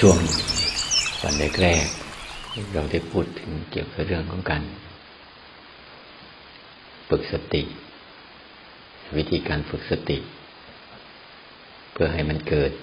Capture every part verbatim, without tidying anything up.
ช่วงวันแรกๆเราได้พูดถึงเกี่ยวกับเรื่องของการฝึกสติวิธีการฝึกสติเพื่อให้มันเกิด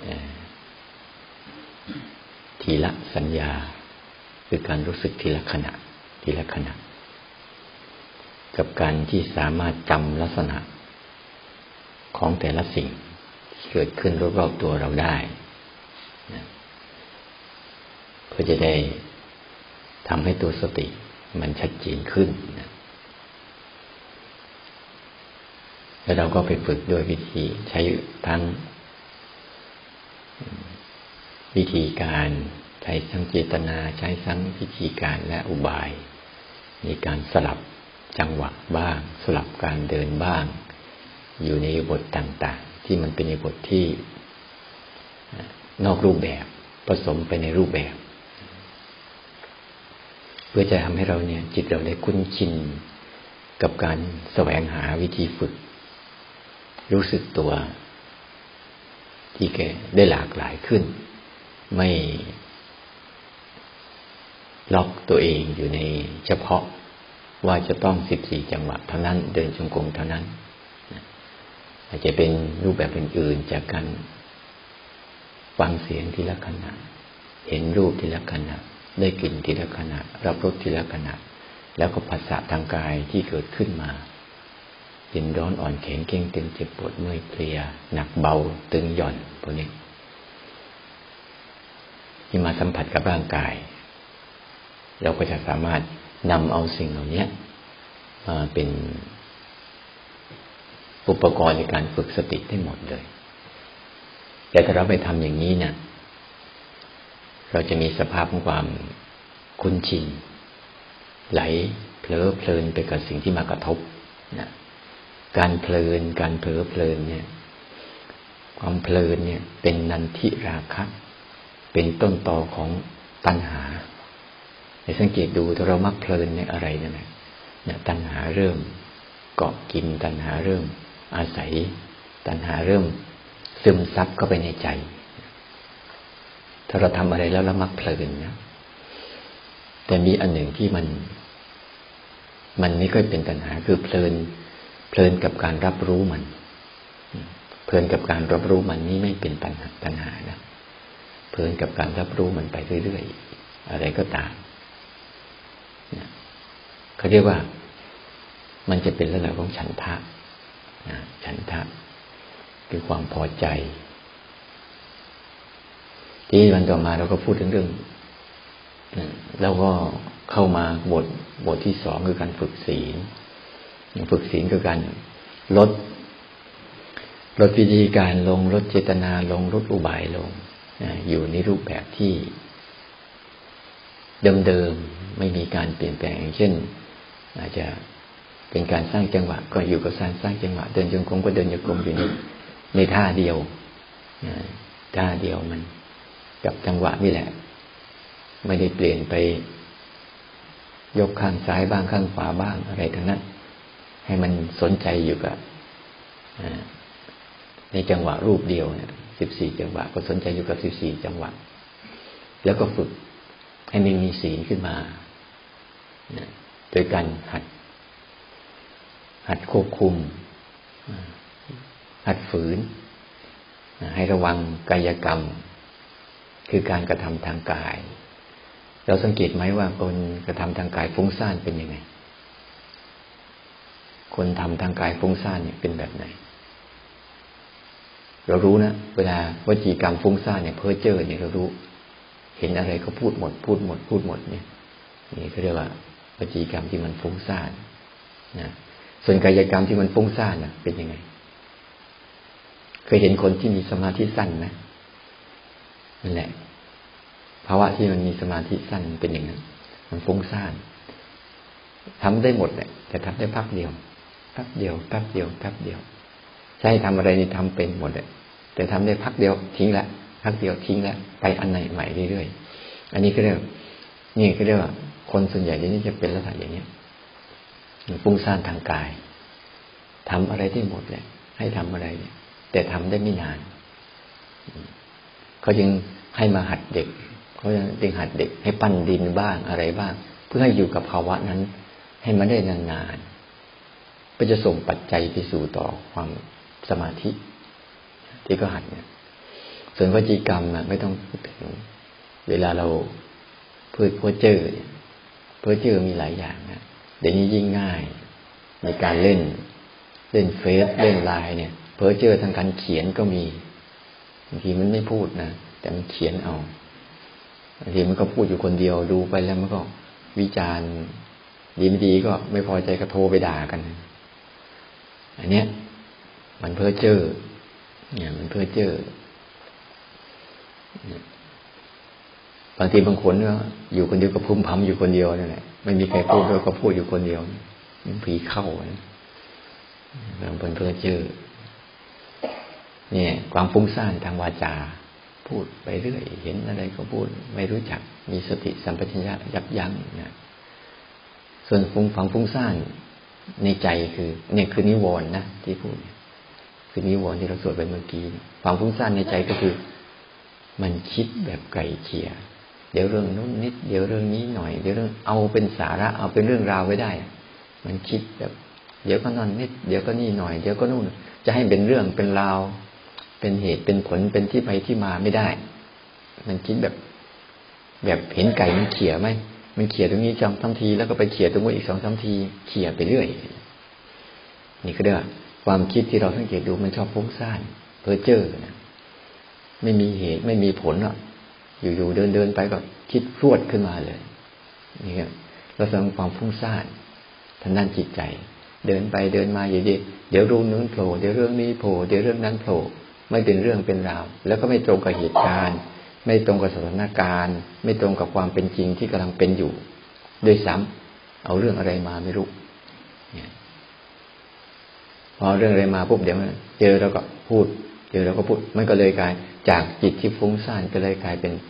ทีละสัญญาคือการรู้สึกทีละขณะทีละขณะกับการที่สามารถจำลักษณะของแต่ละสิ่งที่เกิดขึ้นรอบๆตัวเราได้นะเพื่อจะได้ทำให้ตัวสติมันชัดเจนขึ้นนะแล้วเราก็ไปฝึกด้วยวิธีใช้ทั้งวิธีการใช้ทั้งเจตนาใช้ทั้งวิธีการและอุบายในการสลับจังหวะบ้างสลับการเดินบ้างอยู่ในบทต่างๆที่มันเป็นในบทที่นอกรูปแบบผสมไปในรูปแบบเพื่อจะทำให้เราเนี่ยจิตเราได้คุ้นชินกับการแสวงหาวิธีฝึกรู้สึกตัวที่แกได้หลากหลายขึ้นไม่ล็อกตัวเองอยู่ในเฉพาะว่าจะต้องสิบสี่จังหวะเท่านั้นเดินจงกรมเท่านั้นอาจจะเป็นรูปแบบอื่นๆจากการฟังเสียงทีละขณะเห็นรูปทีละขณะได้กลิ่นทีละขณะรับรสทีละขณะแล้วก็ภาษาทางกายที่เกิดขึ้นมาเย็นร้อนอ่อนแข็งเกร็งตึงเจ็บปวดเมื่อยเพลียหนักเบาตึงหย่อนพวกนี้ที่มาสัมผัสกับร่างกายเราก็จะสามารถนำเอาสิ่งเหล่านี้มาเป็นอุปกรณ์ในการฝึกสติได้หมดเลยแต่ถ้าเราไปทำอย่างนี้เนี่ยเราจะมีสภาพของความคุ้นชินไหลเผลอเพลินไปกับสิ่งที่มากระทบนะการเพลินการเผลอเพลินเนี่ยความเพลินเนี่ยเป็นนันทิราคะเป็นต้นตอของตัณหาให้สังเกตดูถ้าเรามักเพลินในอะไรนั่นแหละเนี่ยตัณหาเริ่มเกาะกินตัณหาเริ่มอาศัยตัณหาเริ่มซึมซับเข้าไปในใจถ้าเราทำอะไรแล้วเรามักเพลินนะแต่มีอันหนึ่งที่มันมันไม่ค่อยเป็นตัณหาคือเพลินเพลินกับการรับรู้มันเพลินกับการรับรู้มันนี่ไม่เป็นตัณหาตัณหานะเพลินกับการรับรู้มันไปเรื่อยๆอะไรก็ตามนะเขาเรียกว่ามันจะเป็นลักษณะของฉันทะนะฉันทะคือความพอใจที่วันต่อมาเราก็พูดถึงเรื่องแล้วก็เข้ามาบทบทที่สองคือการฝึกศีลฝึกศีลคือการลดลดวิธีการลงลดเจตนาลงลดอุบายลงอยู่ในรูปแบบที่เดิมๆไม่มีการเปลี่ยนแปลงอย่างเช่นอาจจะเป็นการสร้างจังหวะก็อยู่กับการสร้างจังหวะเดินจงกรมก็เดินจงกรมอยู่ในในท่าเดียวท่าเดียวมันกับจังหวะนี่แหละไม่ได้เปลี่ยนไปยกข้างซ้ายบ้างข้างขวาบ้างอะไรทั้งนั้นให้มันสนใจอยู่กับในจังหวะรูปเดียวเนี่ยสิบสี่จังหวะก็สนใจอยู่กับสิบสี่จังหวะแล้วก็ฝึกให้มันมีศีลขึ้นมาโดยการหัดหัดควบคุมหัดฝืนให้ระวังกายกรรมคือการกระทำทางกายเราสังเกตไหมว่าคนกระทำทางกายฟุ้งซ่านเป็นยังไงคนทำทางกายฟุ้งซ่านเนี่ยเป็นแบบไหนเรารู้นะเวลาวจีกรรมฟุ้งซ่านเนี่ยเพ้อเจ้อเนี่ยเรารู้เห็นอะไรก็พูดหมดพูดหมดพูดหมดเนี่ยนี่เขาเรียกว่าวจีกรรมที่มันฟุ้งซ่านนะส่วนกายกรรมที่มันฟุ้งซ่านน่ะเป็นยังไงเคยเห็นคนที่มีสมาธิสั้นไหมนั่นแหละภาวะที่มันมีสมาธิสั้นเป็นอย่างนั้นมันฟุ้งซ่านทำได้หมดแหละแต่ทำได้พักเดียวแป๊บเดียวแป๊บเดียวแป๊บเดียวใช่ทำอะไรนี่ทำเป็นหมดเลยแต่ทำได้พักเดียวทิ้งละพักเดียวทิ้งละไปอันไหนใหม่เรื่อยๆอันนี้ก็เรียกนี่ก็เรียกว่าคนส่วนใหญ่นี่จะเป็นลักษณะอย่างนี้ฟุ้งซ่านทางกายทำอะไรได้หมดเลยให้ทำอะไรเนี่ยแต่ทำได้ไม่นานเขาจึงให้มาหัดเด็กเขาจึงหัดเด็กให้ปั้นดินบ้างอะไรบ้างเพื่อให้อยู่กับภาวะนั้นให้มันได้นานๆก็จะส่งปัจจัยไปสู่ต่อความสมาธิที่ก็หัดเนี่ยส่วนวจีกรรมน่ะไม่ต้องพูดถึงเวลาเราพูดเพ้อเจ้อเนี่ยเพ้อเจ้อมีหลายอย่างนะเดี๋ยวนี้ยิ่งง่ายในการเล่นเล่นเฟซเล่นไลน์เนี่ยเพ้อเจ้อทางการเขียนก็มีบางทีมันไม่พูดนะแต่มันเขียนเอาบางทีมันก็พูดอยู่คนเดียวดูไปแล้วมันก็วิจารณ์ดีไม่ดีก็ไม่พอใจก็โทรไปด่ากันอันเนี้ยมันเพ้อเจ้อเนี่ยมันเพ้อเจ้อบางทีบางคนก็อยู่คนเดียวก็พุ่มพำอยู่คนเดียวนั่นแหละไม่มีใครพูดด้วยก็พูดอยู่คนเดียวมันผีเข้านะมันเป็นเพ้อเจ้อเนี่ยความฟุ้งซ่านทางวาจาพูดไปเรื่อยเห็นอะไรก็พูดไม่รู้จักมีสติสัมปชัญญะยับยั้งนะส่วนฟุ้งฝังฟุ้งซ่านในใจคือเนี่ยคือนิวรณ์นะที่พูดคือนิวรณ์ที่เราสวดไปเมื่อกี้ความฟุ้งซ่านในใจก็คือมันคิดแบบไกลเกลี่ยเดี๋ยวเรื่องนู้นนิดเดี๋ยวเรื่องนี้หน่อยเดี๋ยวเรื่องเอาเป็นสาระเอาเป็นเรื่องราวไว้ได้มันคิดแบบเดี๋ยวก็นั่นนิดเดี๋ยวก็นี่หน่อยเดี๋ยวก็นู่นจะให้เป็นเรื่องเป็นราวเป็นเหตุเป็นผลเป็นที่ไปที่มาไม่ได้มันคิดแบบแบบเห็นไก่มันเขี่ยไหมมันเขี่ยตรงนี้จำทั้งทีแล้วก็ไปเขี่ยตรงนู้นอีกสองสามทีเขี่ยไปเรื่อยนี่ก็เรียกว่าความคิดที่เราสังเกตดูมันชอบฟุ้งซ่านเพ้อเจ้อนะไม่มีเหตุไม่มีผลอ่ะอยู่ๆเดินๆไปก็คิดพรวดขึ้นมาเลยนี่ครับเราแสดงความฟุ้งซ่านทางด้านจิตใจเดินไปเดินมาอยู่ดีเดี๋ยวรู้นู้นโผล่เดี๋ยวเรื่องนี้โผล่เดี๋ยวเรื่องนั้นโผล่ไม่เป็นเรื่องเป็นราวแล้วก็ไม่ตรงกับเหตุการณ์ไม่ตรงกับสถานการณ์ไม่ตรงกับความเป็นจริงที่กำลังเป็นอยู่โดยซ้ำเอาเรื่องอะไรมาไม่รู้เนี่ยพอเรื่องอะไรมาปุ๊บเดี๋ยวเจอแล้วก็พูดเจอแล้วก็พูดมันก็เลยกลายจากจิตที่ฟุ้งซ่านก็เลยกลายเป็น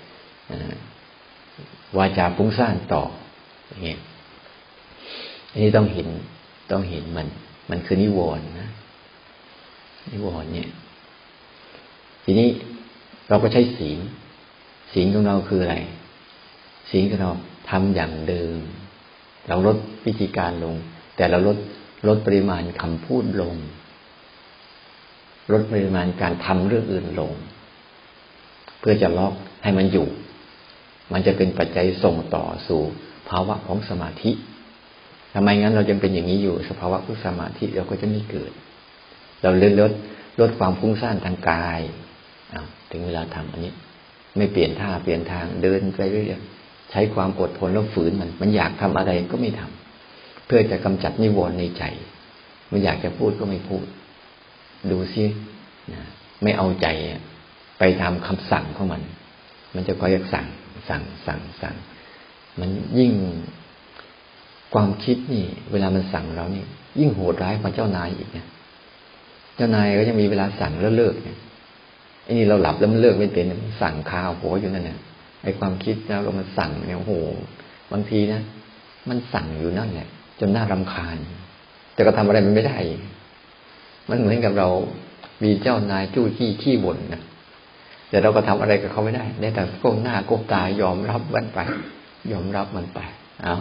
วาจาฟุ้งซ่านต่ออย่างเงี้ยอันนี้ต้องเห็นต้องเห็นมันมันคือนิวรณ์นะนิวรณ์เนี่ยทีนี้เราก็ใช้ศีลศีลของเราคืออะไรศีลของเราทำอย่างเดิมเราลดวิธีการลงแต่เราลดลดปริมาณคำพูดลงลดปริมาณการทำเรื่องอื่นลงเพื่อจะล็อกให้มันอยู่มันจะเป็นปัจจัยส่งต่อสู่ภาวะของสมาธิทำไมงั้นเรายังเป็นอย่างนี้อยู่สภาวะของสมาธิเราก็จะไม่เกิดเราเลยลดลดความฟุ้งซ่านทางกายถึงเวลาทำอันนี้ไม่เปลี่ยนท่าเปลี่ยนทางเดินไปเรื่อยๆใช้ความอดทนแล้วฝืนมันมันอยากทำอะไรก็ไม่ทำเพื่อจะกำจัดนิวรณ์ในใจมันอยากจะพูดก็ไม่พูดดูซินะไม่เอาใจไปตามคำสั่งของมันมันจะคอยสั่งสั่งสั่งสั่งมันยิ่งความคิดนี่เวลามันสั่งเรานี่ยิ่งโหดร้ายกว่าเจ้านายอีกเนี่ยเจ้านายก็ยังมีเวลาสั่งแล้วเลิกเนี่ยไอ้นี่เราหลับแล้วมันเลิกไม่เป็นมันสั่งคาหัวอยู่นั่นน่ะไอ้ความคิดแล้วก็มันสั่งเนี่ยโอ้โหบางทีนะมันสั่งอยู่นั่นแหละจนน่ารำคาญแต่ก็ทำอะไรมันไม่ได้มันเหมือนกับเรามีเจ้านายจู้จี้ขี้บ่นนะแต่เราก็ทำอะไรกับเขาไม่ได้ได้แต่ก้มหน้าก้มตายอมรับมันไปยอมรับมันไปเอา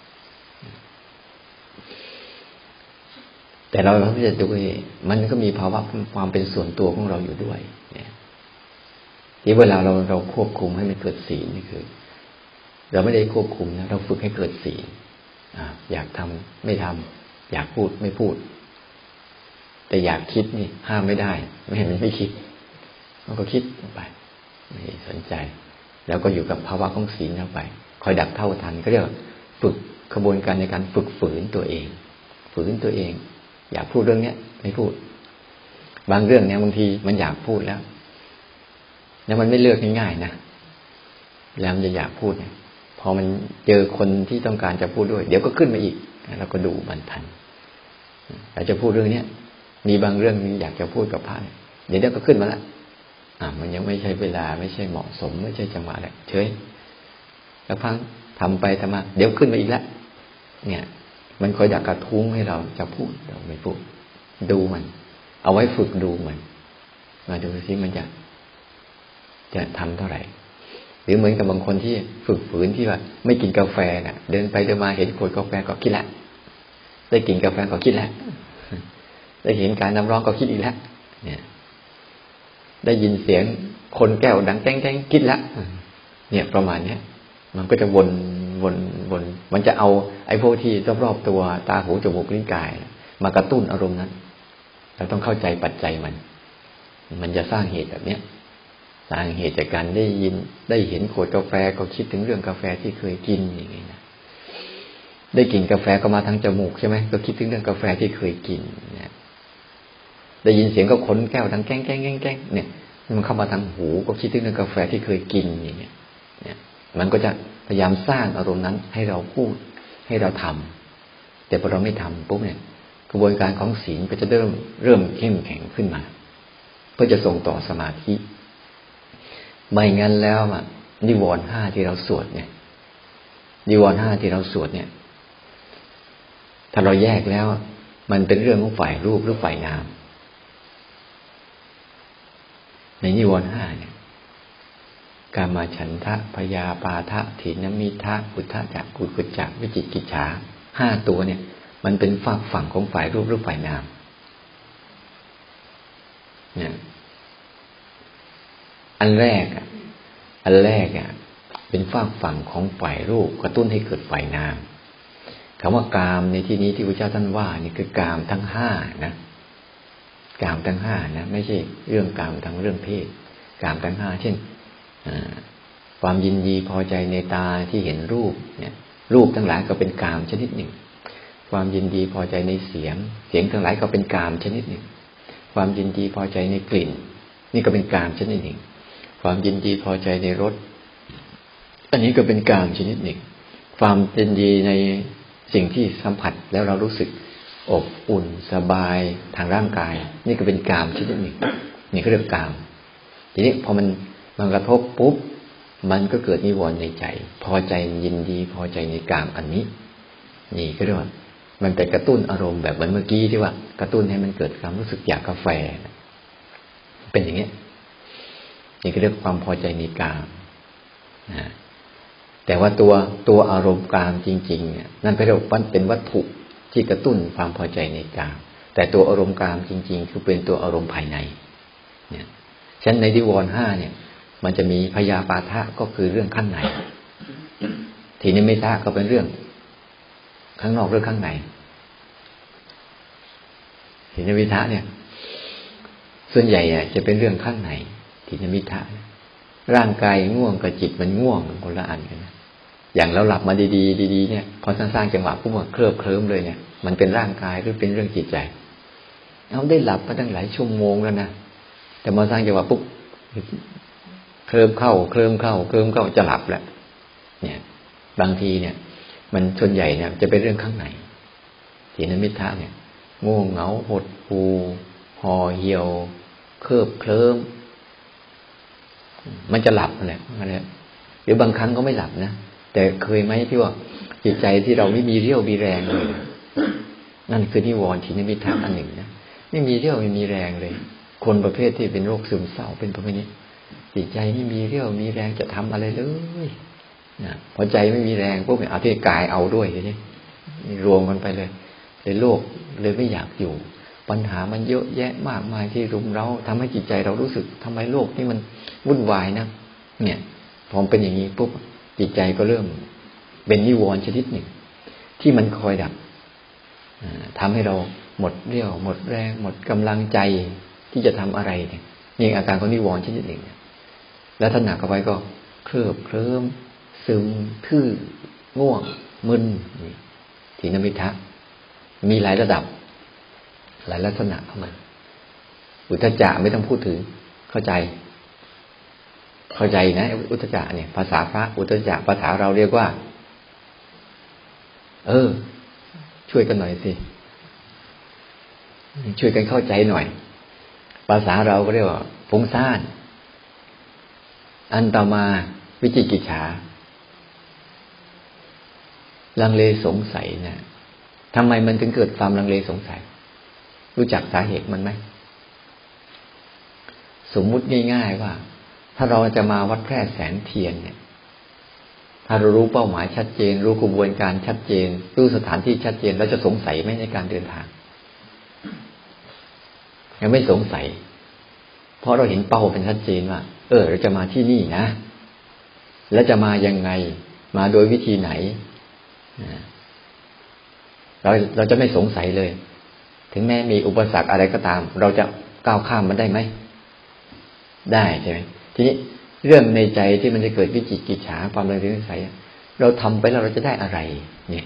แต่เราพิจารณาดูมันก็มีภาวะความเป็นส่วนตัวของเราอยู่ด้วยเนี่ยที่เวลาเราเราควบคุมให้มันเกิดศีลนี่คือเราไม่ได้ควบคุมนะเราฝึกให้เกิดศีลอ่าอยากทำไม่ทำอยากพูดไม่พูดแต่อยากคิดนี่ห้ามไม่ได้ไม่ให้มันไม่คิดมันก็คิดไปไม่สนใจแล้วก็อยู่กับภาวะของศีลเข้าไปคอยดักเท่าทันก็เรียกว่าฝึกกระบวนการในการฝึกฝืนตัวเองฝืนตัวเองอยากพูดเรื่องนี้ไม่พูดบางเรื่องเนี่ยบางทีมันอยากพูดแล้วแล้วมันไม่เลือกง่ายๆนะแล้วมันจะอยากพูดเนี่ยพอมันเจอคนที่ต้องการจะพูดด้วยเดี๋ยวก็ขึ้นมาอีกเราก็ดูมันทันเราจะพูดเรื่องนี้มีบางเรื่องอยากจะพูดกับพระเดี๋ยวเดี๋ยวก็ขึ้นมาแล้วอ่ามันยังไม่ใช่เวลาไม่ใช่เหมาะสมไม่ใช่จังหวะแหละเฉยแล้วพังทำไปทำมาเดี๋ยวขึ้นมาอีกแล้วเนี่ยมันคอยอยากกระทุ้งให้เราจะพูดเราไม่พูดดูมันเอาไว้ฝึกดูมันมาดูซิมันจะจะทำเท่าไหร่หรือเหมือนกับบางคนที่ฝึกฝืนที่ว่าไม่กินกาแฟน่ะเดินไปเดินมาเห็นขวดกาแฟก็คิดแล้วได้กินกาแฟก็คิดแล้วได้เห็นการน้ำร้อนก็คิดอีกแล้วเนี่ยได้ยินเสียงคนแก้วดังแก้งแก้งคิดแล้วเนี่ยประมาณเนี้ยมันก็จะวนวนวนมันจะเอาไอ้พวกที่รอบๆตัวตาหูจมูกลิ้นกายมากระตุ้นอารมณ์นั้นเราต้องเข้าใจปัจจัยมันมันจะสร้างเหตุแบบเนี้ยสร้างเหตุจากการได้ยินได้เห็นขวดกาแฟก็คิดถึงเรื่องกาแฟที่เคยกินอย่างนี้นะได้กลิ่นกาแฟก็มาทางจมูกใช่ไหมก็คิดถึงเรื่องกาแฟที่เคยกินเนี่ยได้ยินเสียงก็ขนแก้วดังแก้งแก้งแก้งแก้งเนี่ยมันเข้ามาทางหูก็คิดถึงเรื่องกาแฟที่เคยกินอย่างเงี้ยเนี่ยมันก็จะพยายามสร้างอารมณ์นั้นให้เราพูดให้เราทำแต่พอเราไม่ทำปุ๊บเนี่ยกระบวนการของศีลก็จะเริ่มเริ่มเข้มแข็งขึ้นมาเพื่อจะส่งต่อสมาธิไม่งั้นแล้วอ่ะนิวรณ์ห้าที่เราสวดเนี่ยนิวรณ์ห้าที่เราสวดเนี่ยถ้าเราแยกแล้วมันเป็นเรื่องของฝ่ายรูปหรือฝ่ายนามในนิวรณ์ห้าเนี่ยกามฉันทะพยาปาทะถีนมิทะอุทธจักกุกุจจะวิจิกิจฉาห้าตัวเนี่ยมันเป็นฝากฝั่งของฝ่ายรูปหรือฝ่ายนามเนี่ยอันแรกอ่ะอันแรกอ่ะเป็นฝากฝั่งของฝ่ายรูปกระตุ้นให้เกิดฝ่ายนามคำว่ากามในที่นี้ที่พระเจ้าท่านว่านี่คือกามทั้งห้านะกามทั้งห้านะไม่ใช่เรื่องกามทั้งเรื่องเพศกามทั้งห้าเช่นความยินดีพอใจในตาที่เห็นรูปเนี่ยรูปทั้งหลายก็เป็นกามชนิดหนึ่งความยินดีพอใจในเสียงเสียงทั้งหลายก็เป็นกามชนิดหนึ่งความยินดีพอใจในกลิ่นนี่ก็เป็นกามชนิดหนึ่งความยินดีพอใจในรสอันนี้ก็เป็นกามชนิดหนึ่งความยินดีในสิ่งที่สัมผัสแล้วเรารู้สึกอบอุ่นสบายทางร่างกายนี่ก็เป็นกามชนิดหนึ่งนี่ก็เรียกกามทีนี้พอมันมันกระทบปุ๊บมันก็เกิดนิวรณ์ในใจพอใจยินดีพอใจในกามอันนี้นี่ก็เรียกว่ามันไปกระตุ้นอารมณ์แบบเหมือนเมื่อกี้ที่ว่ากระตุ้นให้มันเกิดความรู้สึกอยากกาแฟเป็นอย่างนี้นี่ก็เรียกความพอใจในกามนะแต่ว่าตัวตัวอารมณ์กามจริงๆเนี่ยนั่นเป็นเรียกว่าเป็นวัตถุที่กระตุ้นความพอใจในกามแต่ตัวอารมณ์กามจริงๆคือเป็นตัวอารมณ์ภายในเนี่ยฉะนั้นในนิวรณ์ห้าเนี่ยมันจะมีพยาปาทะก็คือเรื่องข้างในทีนี้มิทะก็เป็นเรื่องข้างนอกหรือข้างในทีนี้มิทะเนี่ยส่วนใหญ่จะเป็นเรื่องข้างในทีนี้มิทะร่างกายง่วงกับจิตมันง่วงคนละอันกันนะอย่างเราหลับมาดีๆดีๆเนี่ยพอสร้างจังหวะปุ๊บมันเคลิบเคลิ้มเลยเนี่ยมันเป็นร่างกายหรือเป็นเรื่องจิตใจเอาได้หลับมาตั้งหลายชั่วโมงแล้วนะแต่มาสร้างจังหวะปุ๊บเคลิ้มเข้าเคลิ้มเข้าเคลิ้มเข้าจะหลับแล้วเนี่ยบางทีเนี่ยมันส่วนใหญ่เนี่ยจะเป็นเรื่องข้างในทีนั้นมิทะเนี่ยง่วงเหงาหดหู่ห่อเหี่ยวเคลิบเคลิ้มมันจะหลับอะไรอะไรหรือบางครั้งก็ไม่หลับนะแต่เคยไหมที่ว่าจิตใจที่เราไม่มีเรี่ยวมีแรงเลยนั่นคือนิวรณ์ทีนมิทะอันหนึ่งนะไม่มีเรี่ยวไม่มีแรงเลยคนประเภทที่เป็นโรคซึมเศร้าเป็นประเภทนี้จิตใจไม่มีเรี่ยวมีแรงจะทำอะไรเลยนะพอใจไม่มีแรงพวกเนี่ยเอาที่กายเอาด้วยทีนี้รวมกันไปเลยเลยโลกเลยไม่อยากอยู่ปัญหามันเยอะแยะมากมายที่รุมเร้าทำให้จิตใจเรารู้สึกทำไมโลกนี่มันวุ่นวายนะเนี่ยพอเป็นอย่างนี้ปุ๊บจิตใจก็เริ่มเป็นนิวรณ์ชนิดหนึ่งที่มันคอยดับทำให้เราหมดเรี่ยวหมดแรงหมดกำลังใจที่จะทำอะไรเนี่ยนี่อาการของนิวรณ์ชนิดหนึ่งแล้วถ้าหนักเข้าไปก็เคลิบเคลิ้มซึมทื่อง่วงมึนนี่ถีนมิทะมีหลายระดับหลายลักษณะเข้ามาอุทธัจจะไม่ต้องพูดถึงเข้าใจเข้าใจนะอุทธัจจะเนี่ยภาษาพระอุทธัจจะภาษาเราเรียกว่าเออช่วยกันหน่อยสิช่วยกันเข้าใจหน่อยภาษาเราก็เรียกว่าฟุ้งซ่านอันต่อมาวิจิกิจฉาลังเลสงสัยนะทำไมมันถึงเกิดความลังเลสงสัยรู้จักสาเหตุมันไหมสมมุติง่ายๆว่าถ้าเราจะมาวัดแพร่แสงเทียนเนี่ยถ้าเรารู้เป้าหมายชัดเจนรู้กระบวนการชัดเจนรู้สถานที่ชัดเจนเราจะสงสัยไหมในการเดินทางยังไม่สงสัยเพราะเราเห็นเป้าเป็นชัดเจนว่าเออเราจะมาที่นี่นะแล้วจะมายังไงมาโดยวิธีไหนเราเราจะไม่สงสัยเลยถึงแม้มีอุปสรรคอะไรก็ตามเราจะก้าวข้ามมันได้ไหมได้ใช่ไหมทีนี้เรื่องในใจที่มันจะเกิดวิจิกิจฉาความลังเลสงสัยเราทำไปแล้วเราจะได้อะไรเนี่ย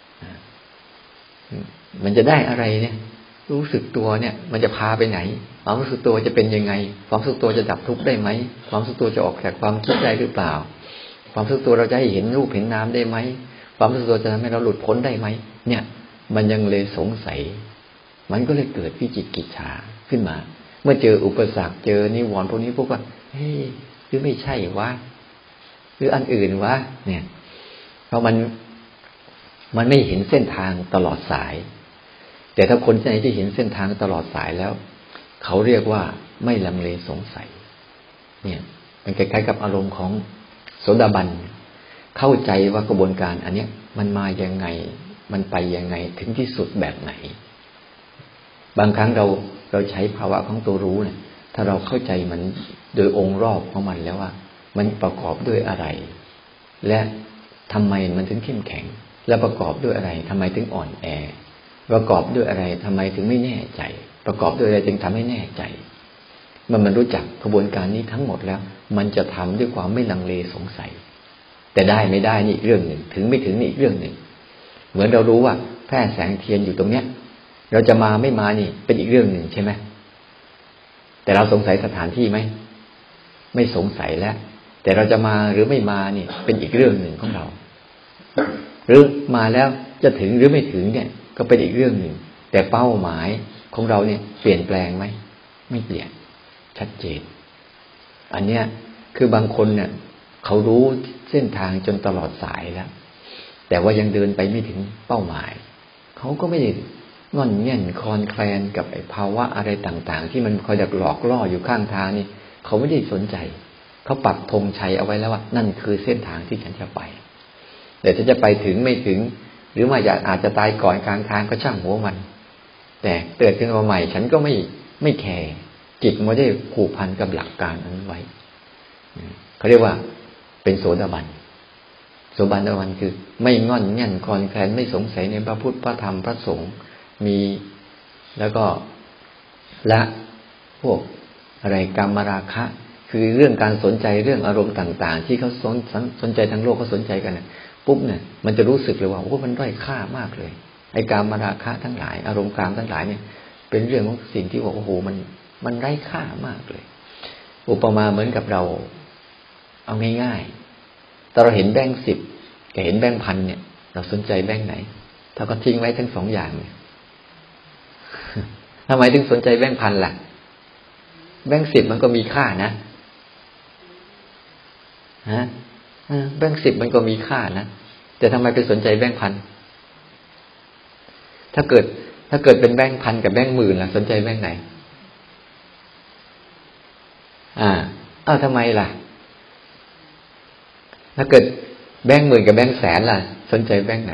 มันจะได้อะไรเนี่ยรู้สึกตัวเนี่ยมันจะพาไปไหนความรู้สึกตัวจะเป็นยังไงความรู้สึกตัวจะดับทุกข์ได้ไหมความรู้สึกตัวจะออกจากความคิดได้หรือเปล่าความรู้สึกตัวเราจะให้เห็นรูปเห็นนามได้ไหมความรู้สึกตัวจะทำให้เราหลุดพ้นได้ไหมเนี่ยมันยังเลยสงสัยมันก็เลยเกิดวิจิกิจฉาขึ้นมาเมื่อเจออุปสรรคเจอนิวรณ์พวกนี้พวกว่าเฮ้ยหรือไม่ใช่วะหรืออันอื่นวะเนี่ยเพราะมันมันไม่เห็นเส้นทางตลอดสายแต่ถ้าคนไหนที่เห็นเส้นทางตลอดสายแล้วเขาเรียกว่าไม่ลังเลสงสัยเนี่ยมันคล้ายๆกับอารมณ์ของโสดาบันเข้าใจว่ากระบวนการอันเนี้ยมันมายังไงมันไปยังไงถึงที่สุดแบบไหนบางครั้งเราเราใช้ภาวะของตัวรู้เนี่ยถ้าเราเข้าใจมันโดยองค์รอบของมันแล้วว่ามันประกอบด้วยอะไรและทำไมมันถึงเข้มแข็งและประกอบด้วยอะไรทำไมถึงอ่อนแอประกอบด้วยอะไรทำไมถึงไม่แน่ใจประกอบด้วยอะไรจึงทำให้แน่ใจมันมันรู้จักกระบวนการนี้ทั้งหมดแล้วมันจะทำด้วยความไม่ลังเลสงสัยแต่ได้ไม่ได้นี่อีกเรื่องหนึ่งถึงไม่ถึงนี่อีกเรื่องหนึ่งเหมือนเรารู้ว่าแพร่แสงเทียนอยู่ตรงเนี้ยเราจะมาไม่มานี่เป็นอีกเรื่องหนึ่งใช่ไหมแต่เราสงสัยสถานที่ไหมไม่สงสัยแล้วแต่เราจะมาหรือไม่มานี่เป็นอีกเรื่องหนึ่งของเราหรือมาแล้วจะถึงหรือไม่ถึงเนี่ยก็เป็นอีกเรื่องหนึ่งแต่เป้าหมายของเราเนี่ยเปลี่ยนแปลงไหมไม่เปลี่ยนชัดเจนอันเนี้ยคือบางคนเนี่ยเขารู้เส้นทางจนตลอดสายแล้วแต่ว่ายังเดินไปไม่ถึงเป้าหมายเขาก็ไม่ได้งอนเงี่ยนคลอนแคลนกับไอ้ภาวะอะไรต่างๆที่มันคอยดักหลอกล่ออยู่ข้างทางนี่เขาไม่ได้สนใจเขาปักธงชัยเอาไว้แล้วว่านั่นคือเส้นทางที่ฉันจะไปแต่ถ้าจะไปถึงไม่ถึงหรือว่าอาจจะตายก่อนกลางทางก็ช่างหัวมันแต่เกิดขึ้นมาใหม่ฉันก็ไม่ไม่แคร์จิตไม่ได้ผูกพันกับหลักการนั้นไว้เขาเรียกว่าเป็นโสดาบันโสดาบันคือไม่งอนเงี่ยนคลอนแคลนไม่สงสัยในพระพุทธพระธรรมพระสงฆ์มีแล้วก็ละพวกอะไรกามราคะคือเรื่องการสนใจเรื่องอารมณ์ต่างๆที่เขาสนสนใจทางโลกเขาสนใจกันปุ๊บเนี่ยมันจะรู้สึกเลยว่าโอ้มันด้อยค่ามากเลยไอ้กามราคะทั้งหลายอารมณ์กามทั้งหลายเนี่ยเป็นเรื่องของสิ่งที่ว่าโอ้โหมันมันไร้ค่ามากเลยอุปมาเหมือนกับเราเอาง่ายๆแต่เราเห็นแบงค์สิบกับเห็นแบงค์พันเนี่ยเราสนใจแบงค์ไหนถ้าก็ทิ้งไว้ทั้งสองอย่างเนี่ยทำไมถึงสนใจแบงค์พันล่ะแบงค์สิบมันก็มีค่านะฮะแบงค์สิบมันก็มีค่านะแต่ทำไมไปสนใจแบงค์พันถ้าเกิดถ้าเกิดเป็นแบงค์พันกับแบงค์หมื่นล่ะสนใจแบงค์ไหนอ่าเอ้าทำไมล่ะถ้าเกิดแบงค์หมื่นกับแบงค์แสนล่ะสนใจแบงค์ไหน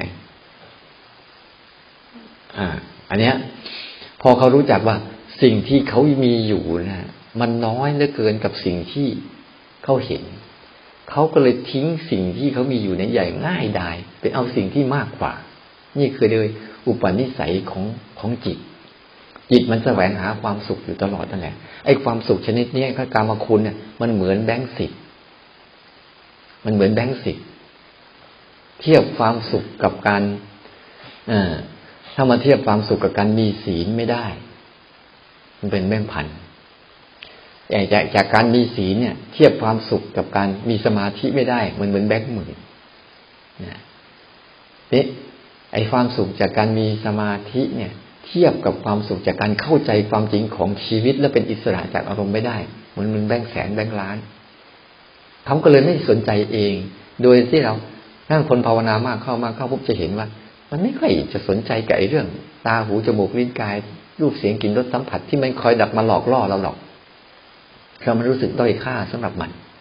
อ่าอันเนี้ยพอเขารู้จักว่าสิ่งที่เขามีอยู่นะมันน้อยเหลือเกินกับสิ่งที่เขาเห็นเขาก็เลยทิ้งสิ่งที่เขามีอยู่ในใหญ่ง่ายดายไปเอาสิ่งที่มากกว่านี่คือโดยอุปนิสัยของของจิตจิตมันแสวงหาความสุขอยู่ตลอดนั่นแหละไอ้ความสุขชนิดนี้กามคุณเนี่ยมันเหมือนแบงค์สิบมันเหมือนแบงค์สิบเทียบความสุขกับการเอ่อถ้ามาเทียบความสุขกับการมีศีลไม่ได้มันเป็นแบงค์พันแต่จากจากการมีศีลเนี่ยเทียบความสุขกับการมีสมาธิไม่ได้มันเหมือนแบงค์หมื่นนะนี่ไอ้ความสุขจากการมีสมาธิเนี่ยเทียบกับความสุขจากการเข้าใจความจริงของชีวิตและเป็นอิสระจากอารมณ์ไม่ได้มันเหมือนแบงค์แสนแบงค์ล้านเขาก็เลยไม่สนใจเองโดยที่เราถ้าคนภาวนามากเข้ามากเข้าปุ๊บจะเห็นว่ามันไม่ค่อยจะสนใจกับไอ้เรื่องตาหูจมูกลิ้นกายรูปเสียงกลิ่นรสสัมผัสที่มันคอยดักมาหลอกล่อเราหรอกเรามันรู้สึกด้อยค่าสำหรับมัน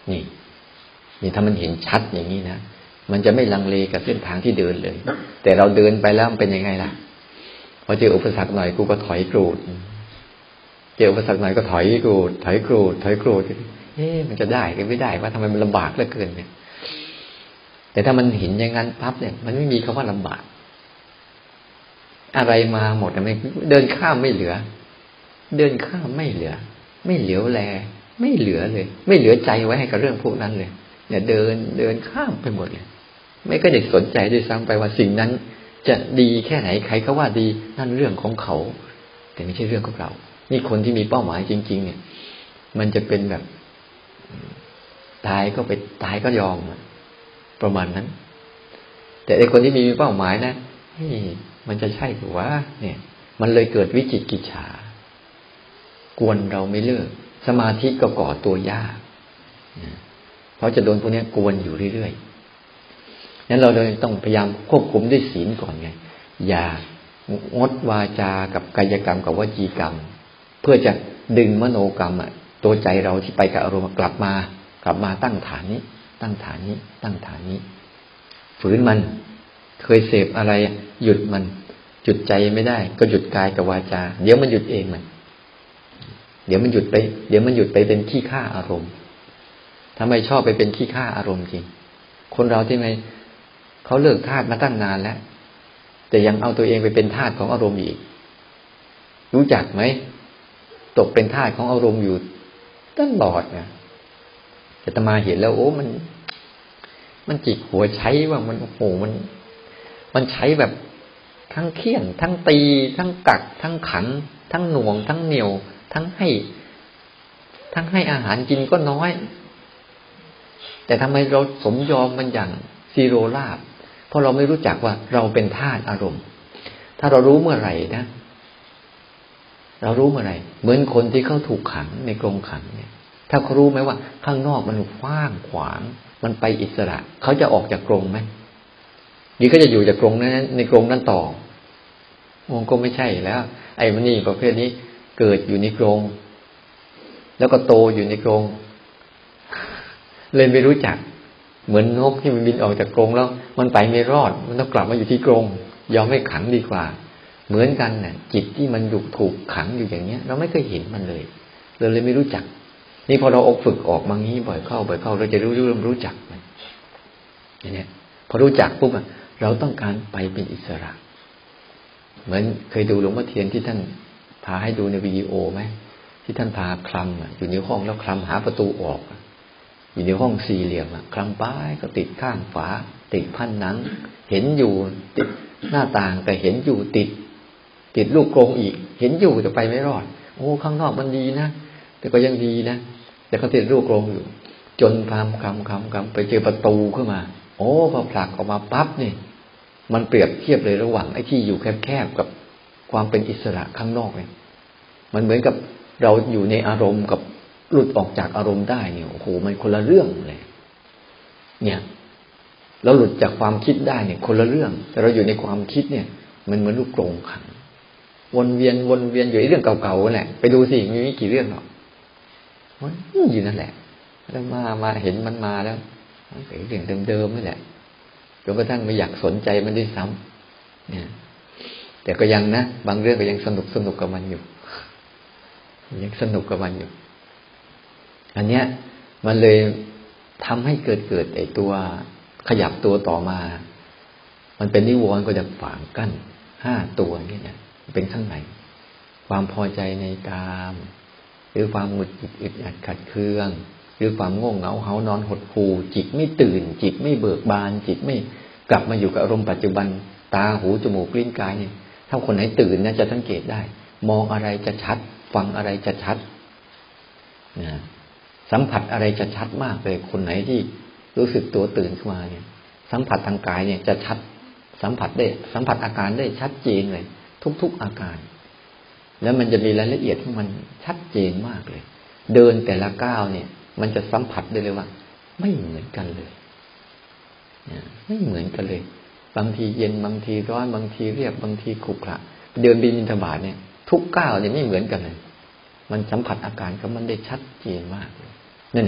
นี่นี่ถ้ามันเห็นชัดอย่างนี้นะมันจะไม่ลังเลกับเส้นทางที่เดินเลยแต่เราเดินไปแล้วมันเป็นยังไงล่ะพอเจออุปสรรคหน่อยกูก็ถอยโกรธเจออุปสรรคหน่อยก็ถอยโกรธถอยโกรธถอยโกรธเอ๊ะมันจะได้กันไม่ได้ว่าทำไมมันลำบากเหลือเกินเนี่ยแต่ถ้ามันเห็นอย่างนั้นปั๊บเนี่ยมันไม่มีคำว่าลำบากอะไรมาหมดไม่เดินข้ามไม่เหลือเดินข้ามไม่เหลือไม่เหลียวแลไม่เหลือเลยไม่เหลือใจไว้ให้กับเรื่องพวกนั้นเลยเนี่ยเดินเดินข้ามไปหมดเลยไม่ก็ได้สนใจด้วยซ้ำไปว่าสิ่งนั้นจะดีแค่ไหนใครเขาว่าดีนั่นเรื่องของเขาแต่ไม่ใช่เรื่องของเรานี่คนที่มีเป้าหมายจริงๆเนี่ยมันจะเป็นแบบตายก็ไปตายก็ยอมประมาณนั้นแต่ไอ้คนที่มีเป้าหมายนะเฮ้ยมันจะใช่หรือวะเนี่ยมันเลยเกิดวิจิกิจฉากวนเราไม่เลิกสมาธิก็ก่อตัวยากเพราะจะโดนพวกนี้กวนอยู่เรื่อยๆนั้นเราเลยต้องพยายามควบคุมด้วยศีลก่อนไงอย่างดวาจากับกายกรรมกับวจีกรรมเพื่อจะดึงมโนกรรมอ่ะตัวใจเราที่ไปกับอารมณ์กลับมากลับมาตั้งฐานนี้ตั้งฐานนี้ตั้งฐานนี้ฝืนมันเคยเสพอะไรหยุดมันหยุดใจไม่ได้ก็หยุดกายกับวาจาเดี๋ยวมันหยุดเองมันเดี๋ยวมันหยุดไปเดี๋ยวมันหยุดไปเป็นขี้ข้าอารมณ์ทำไมชอบไปเป็นขี้ข้าอารมณ์จริงคนเราที่ไม่เขาเลิกทาสมาตั้งนานแล้วแต่ยังเอาตัวเองไปเป็นทาสของอารมณ์อีกรู้จักไหมตกเป็นทาสของอารมณ์อยู่ตลอดนะแต่อาตมาเห็นแล้วโอ้มันมันจิกหัวใช้ว่ามันโอ้โหมันมันใช้แบบทั้งเคี่ยนทั้งตีทั้งกักทั้งขังทั้งหน่วงทั้งเหนี่ยวทั้งให้ทั้งให้อาหารกินก็น้อยแต่ทำไมเราสมยอมมันอย่างซีโรราบเพราะเราไม่รู้จักว่าเราเป็นทาสอารมณ์ถ้าเรารู้เมื่อไหร่นะเรารู้เมื่อไหร่เหมือนคนที่เขาถูกขังในกรงขังเนี่ยถ้าเขารู้ไหมว่าข้างนอกมันกว้างขวางมันไปอิสระเขาจะออกจากกรงไหมหรือเขาจะอยู่จากกรงนั้นในกรงนั้นต่อมันก็ไม่ใช่แล้วไอ้มันนี่ประเภทนี้เกิดอยู่ในกรงแล้วก็โตอยู่ในกรงเลยไม่รู้จักเหมือนนกที่มันบินออกจากกรงแล้วมันไปไม่รอดมันต้องกลับมาอยู่ที่กรงยอมให้ขังดีกว่าเหมือนกันน่ะจิตที่มันอยู่ถูกขังอยู่อย่างเนี้ยเราไม่เคยเห็นมันเลยเราเลยไม่รู้จักนี่พอเราออกฝึกออกมางี้บ่อยเข้าบ่อยเข้าเราจะรู้เริ่มรู้จักมันอย่างนี้พอรู้จักปุ๊บเราต้องการไปเป็นอิสระเหมือนเคยดูหลวงพ่อเทียนที่ท่านพาให้ดูในวิดีโอไหมที่ท่านพาคลำอยู่ในห้องแล้วคลำหาประตูออกอยู่ในห้องสี่เหลี่ยมคลำป้ายก็ติดข้างฝาติดพันหนังเห็นอยู่ติดหน้าต่างแต่เห็นอยู่ติดติดลูกกรงอีกเห็นอยู่แต่ไปไม่รอดโอ้ข้างนอกมันดีนะแต่ก็ยังดีนะแต่เขาติดลูกกรงอยู่จนพามคำคำคำไปเจอประตูขึ้นมาโอ้พอผลักออกมาปั๊บนี่มันเปรียบเทียบเลยระหว่างไอ้ที่อยู่แคบๆกับความเป็นอิสระข้างนอกเนี่ยมันเหมือนกับเราอยู่ในอารมณ์กับหลุดออกจากอารมณ์ได้เนี่ยโอ้โหมันคนละเรื่องเลยเนี่ยเราหลุดจากความคิดได้เนี่ยคนละเรื่องแต่เราอยู่ในความคิดเนี่ยมันเหมือนลูกกรงขังวนเวียนวนเวียนอยู่ในเรื่องเก่าๆแหละไปดูสิมีไม่กี่เรื่องหรอกมันอยู่นั่นแหละแล้วมามาเห็นมันมาแล้วเป็นเรื่องเดิมๆนั่นแหละจนกระทั่งไม่อยากสนใจมันด้วยซ้ำเนี่ยแต่ก็ยังนะบางเรื่องก็ยังสนุกสนุกกับมันอยู่ยังสนุกกับมันอยู่อันเนี้ยมันเลยทำให้เกิดเกิดไอ้ตัวขยับตัวต่อมามันเป็นนิวรณ์ก็จะฝังกั้นห้าตัวนี่นะเป็นข้างในความพอใจในกามหรือความหงุดหงิดอึดอัดขัดเคืองหรือความง่วงเหงาเฮานอนหดหู่จิตไม่ตื่นจิตไม่เบิกบานจิตไม่กลับมาอยู่กับอารมณ์ปัจจุบันตาหูจมูกลิ้นกายเนี่ยถ้าคนไหนตื่นนะจะสังเกตได้มองอะไรจะชัดฟังอะไรจะชัดนะสัมผัสอะไรจะชัดมากเลยคนไหนที่รู้สึกตัวตื่นขึ้นมาเนี่ยสัมผัสทางกายเนี่ยจะชัดสัมผัสได้สัมผัสอาการได้ชัดเจนเลยทุกๆอาการแล้วมันจะมีรายละเอียดที่มันชัดเจนมากเลยเดินแต่ละก้าวเนี่ยมันจะสัมผัสได้เลยว่าไม่เหมือนกันเลยไม่เหมือนกันเลยบางทีเย็นบางทีร้อนบางทีเรียบบางทีขรุขระเดินบิณฑบาตเนี่ยทุกก้าวเนี่ยไม่เหมือนกันเลยมันสัมผัสอาการของมันได้ชัดเจนมากเลยนั่นแหละ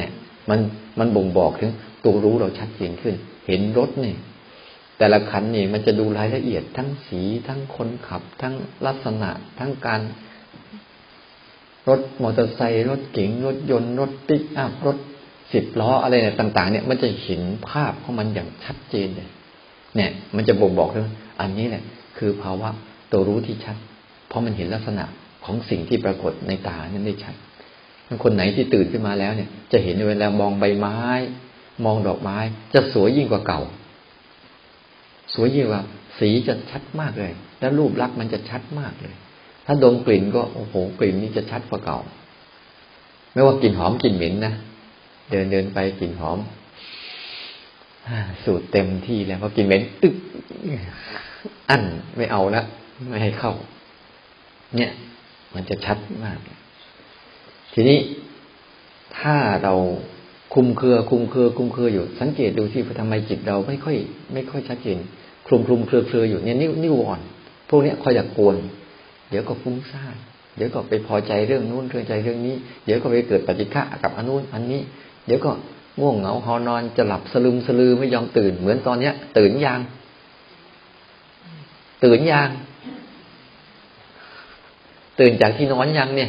มันมันบ่งบอกถึงตัวรู้เราชัดเจนขึ้นเห็นรถเนี่ยแต่ละคันนี่มันจะดูรายละเอียดทั้งสีทั้งคนขับทั้งลักษณะทั้งการรถมอเตอร์ไซค์รถเก๋งรถยนต์รถติ๊กอัพรถสิบล้ออะไรเนี่ยต่างๆเนี่ยมันจะเห็นภาพของมันอย่างชัดเจนเลยเนี่ยมันจะบ่งบอกถึงอันนี้แหละคือภาวะตัวรู้ที่ชัดเพราะมันเห็นลักษณะของสิ่งที่ปรากฏในตานั้นได้ชัดคนไหนที่ตื่นขึ้นมาแล้วเนี่ยจะเห็นเวลามองใบไม้มองดอกไม้จะสวยยิ่งกว่าเก่าสวยยิ่งกว่าสีจะชัดมากเลยแล้วรูปลักษณ์มันจะชัดมากเลยถ้าดมกลิ่นก็โอ้โหกลิ่นนี่จะชัดกว่าเก่าไม่ว่ากลิ่นหอมกลิ่นเหม็นนะเดินเดินไปกลิ่นหอมสูดเต็มที่แล้วพอกลิ่นเหม็นตึ๊กอั้นไม่เอาละไม่ให้เข้าเนี่ยมันจะชัดมากทีนี้ถ้าเราคุมเครือคุมเครือคุมเครืออยู่สังเกตดูที่ทำไมจิตเราไม่ค่อยไม่ค่อยชัดเจนคลุมคลุมเครือเครืออยู่เนี่ยนิ้วนิ้วอ่อนพวกนี้คอยอยากกวนเดี๋ยวก็ฟุ้งซ่านเดี๋ยวก็ไปพอใจเรื่องนู้นเรื่องใจเรื่องนี้เดี๋ยวก็ไปเกิดปฏิฆะกับอันนู้นอันนี้เดี๋ยวก็ง่วงเหงาหอนอนจะหลับสลึมสลือไม่ยอมตื่นเหมือนตอนเนี้ยตื่นยังตื่นยังตื่นจากที่นอนยังเนี่ย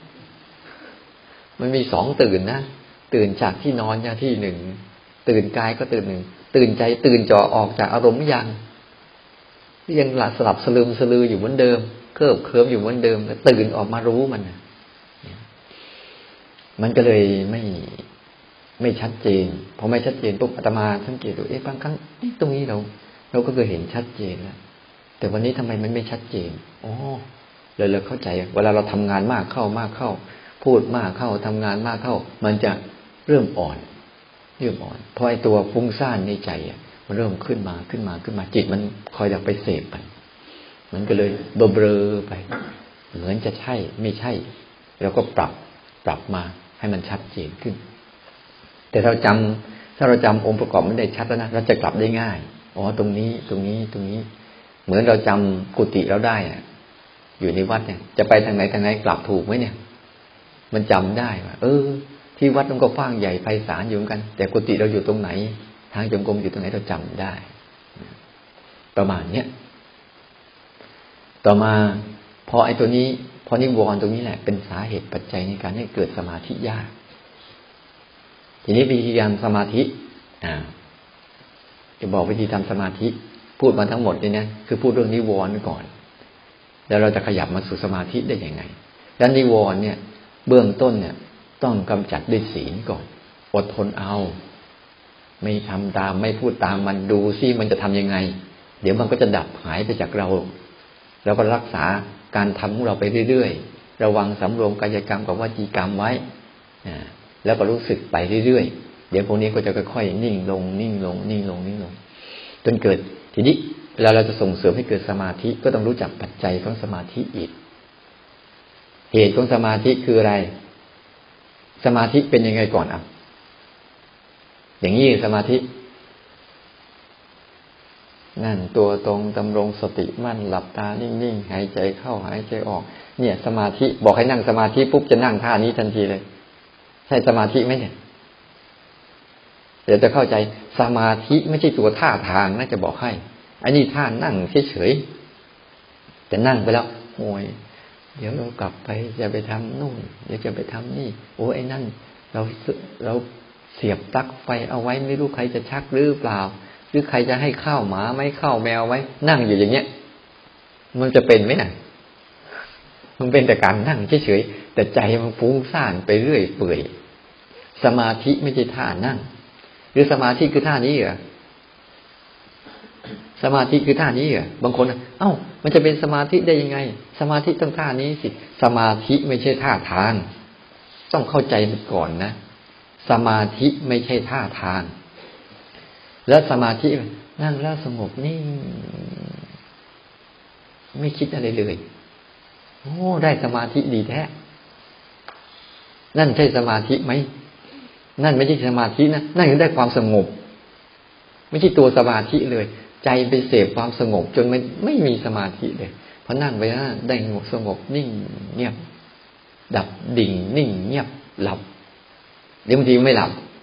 มันมีสองตื่นนะตื่นจากที่นอนอย่างที่หนึ่งตื่นกายก็ตื่นหนึ่งตื่นใจตื่นจ่อออกจากอารมณ์ยังยังหลับสลับสลืมสลืออยู่เหมือนเดิมเคิบเคิมอยู่เหมือนเดิมแต่ตื่นออกมารู้มันนะมันก็เลยไม่ไม่ชัดเจนพอไม่ชัดเจนปุ๊บอาตมาสังเกตดูเอ๊ะบางครั้งตรงนี้เราเราก็เคยเห็นชัดเจนแล้วแต่วันนี้ทำไมมันไม่ชัดเจนอ๋อเลยเราเข้าใจเวลาเราทำงานมากเข้ามากเข้าพูดมากเข้าทำงานมากเข้ามันจะเริ่มอ่อนเริ่มอ่อนเพราะไอ้ตัวฟุ้งซ่านในใจอ่ะมันเริ่มขึ้นมาขึ้นมาขึ้นมาจิตมันคอยอยากไปเสพมันมันก็เลยเบลอๆไปเหมือนจะใช่ไม่ใช่เราก็ปรับปรับมาให้มันชัดเจนขึ้นแต่เราจำถ้าเราจำองค์ประกอบไม่ได้ชัดแล้วนะเราจะกลับได้ง่ายอ๋อตรงนี้ตรงนี้ตรงนี้เหมือนเราจำกุฏิเราได้อ่ะอยู่ในวัดเนี่ยจะไปทางไหนทางไหนกลับถูกไหมเนี่ยมันจำได้ว่าเออที่วัดมันก็กว้างใหญ่ไพศาลอยู่เหมือนกันแต่กุฏิเราอยู่ตรงไหนทางจงกรมอยู่ตรงไหนเราจำได้ประมาณเนี้ยต่อมาพอไอ้ตัวนี้พอนิวรณ์ตรงนี้แหละเป็นสาเหตุปัจจัยในการให้เกิดสมาธิยากทีนี้วิธีการสมาธิอ่าจะบอกวิธีทำสมาธิพูดมาทั้งหมดนี่นะคือพูดเรื่องนิวรณ์ก่อนแล้วเราจะขยับมาสู่สมาธิได้ยังไงแล้วนิวรณ์เนี่ยเบื้องต้นเนี่ยต้องกำจัดด้วยศีลก่อนอดทนเอาไม่ทำตามไม่พูดตามมันดูซิมันจะทำยังไงเดี๋ยวมันก็จะดับหายไปจากเราแล้วก็รักษาการทำของเราไปเรื่อยๆระวังสำรวมกายกรรมกับวจีกรรมไว้แล้วก็รู้สึกไปเรื่อยๆเดี๋ยวพวกนี้ก็จะค่อยๆนิ่งลงนิ่งลงนิ่งลงนิ่งลงจนเกิดทีนี้เวลาเราจะส่งเสริมให้เกิดสมาธิก็ต้องรู้จักปัจจัยของสมาธิอีกเหตุของสมาธิคืออะไรสมาธิเป็นยังไงก่อนอ่ะอย่างนี้สมาธินั่นตัวตรงดำรงสติมั่นหลับตานิ่งๆหายใจเข้าหายใจออกเนี่ยสมาธิบอกให้นั่งสมาธิปุ๊บจะนั่งท่านี้ทันทีเลยใช่สมาธิไหมเนี่ยเดี๋ยวจะเข้าใจสมาธิไม่ใช่ตัวท่าทางนะจะบอกให้อันนี้ท่านั่งเฉยๆแต่นั่งไปแล้วโอ้ยเดี๋ยวเรากลับไปจะไปทำนู่นเดี๋ยวจะไปทำนี่โอ้ไอ้นั่นเราเราเสียบปลั๊กไฟเอาไว้ไม่รู้ใครจะชักหรือเปล่าหรือใครจะให้ข้าวหมาไม่ข้าวแมวไว้นั่งอยู่อย่างเงี้ยมันจะเป็นไหมน่ะมันเป็นแต่การนั่งเฉยๆแต่ใจมันฟุ้งซ่านไปเรื่อยเปื่อยสมาธิไม่ใช่ท่านั่งหรือสมาธิคือท่านี้เหรอสมาธิคือท่านี้เหรอบางคนเอ้ามันจะเป็นสมาธิได้ยังไงสมาธิต้องท่านี้สิสมาธิไม่ใช่ท่าทางต้องเข้าใจก่อนนะสมาธิไม่ใช่ท่าทางแล้วสมาธินั่งแล้วสงบนิ่งไม่คิดอะไรเลยโอ้ได้สมาธิดีแท้นั่นใช่สมาธิไหมนั่นไม่ใช่สมาธินะนั่นคือได้ความสงบไม่ใช่ตัวสมาธิเลยใจไปเสพความสงบจนไม่ไม่มีสมาธิเลยพอนั่งไปนะได้สงบนิ่งเงียบดับดิ่งนิ่งเงียบหลับเดี๋ยวบางทีไม่หลับ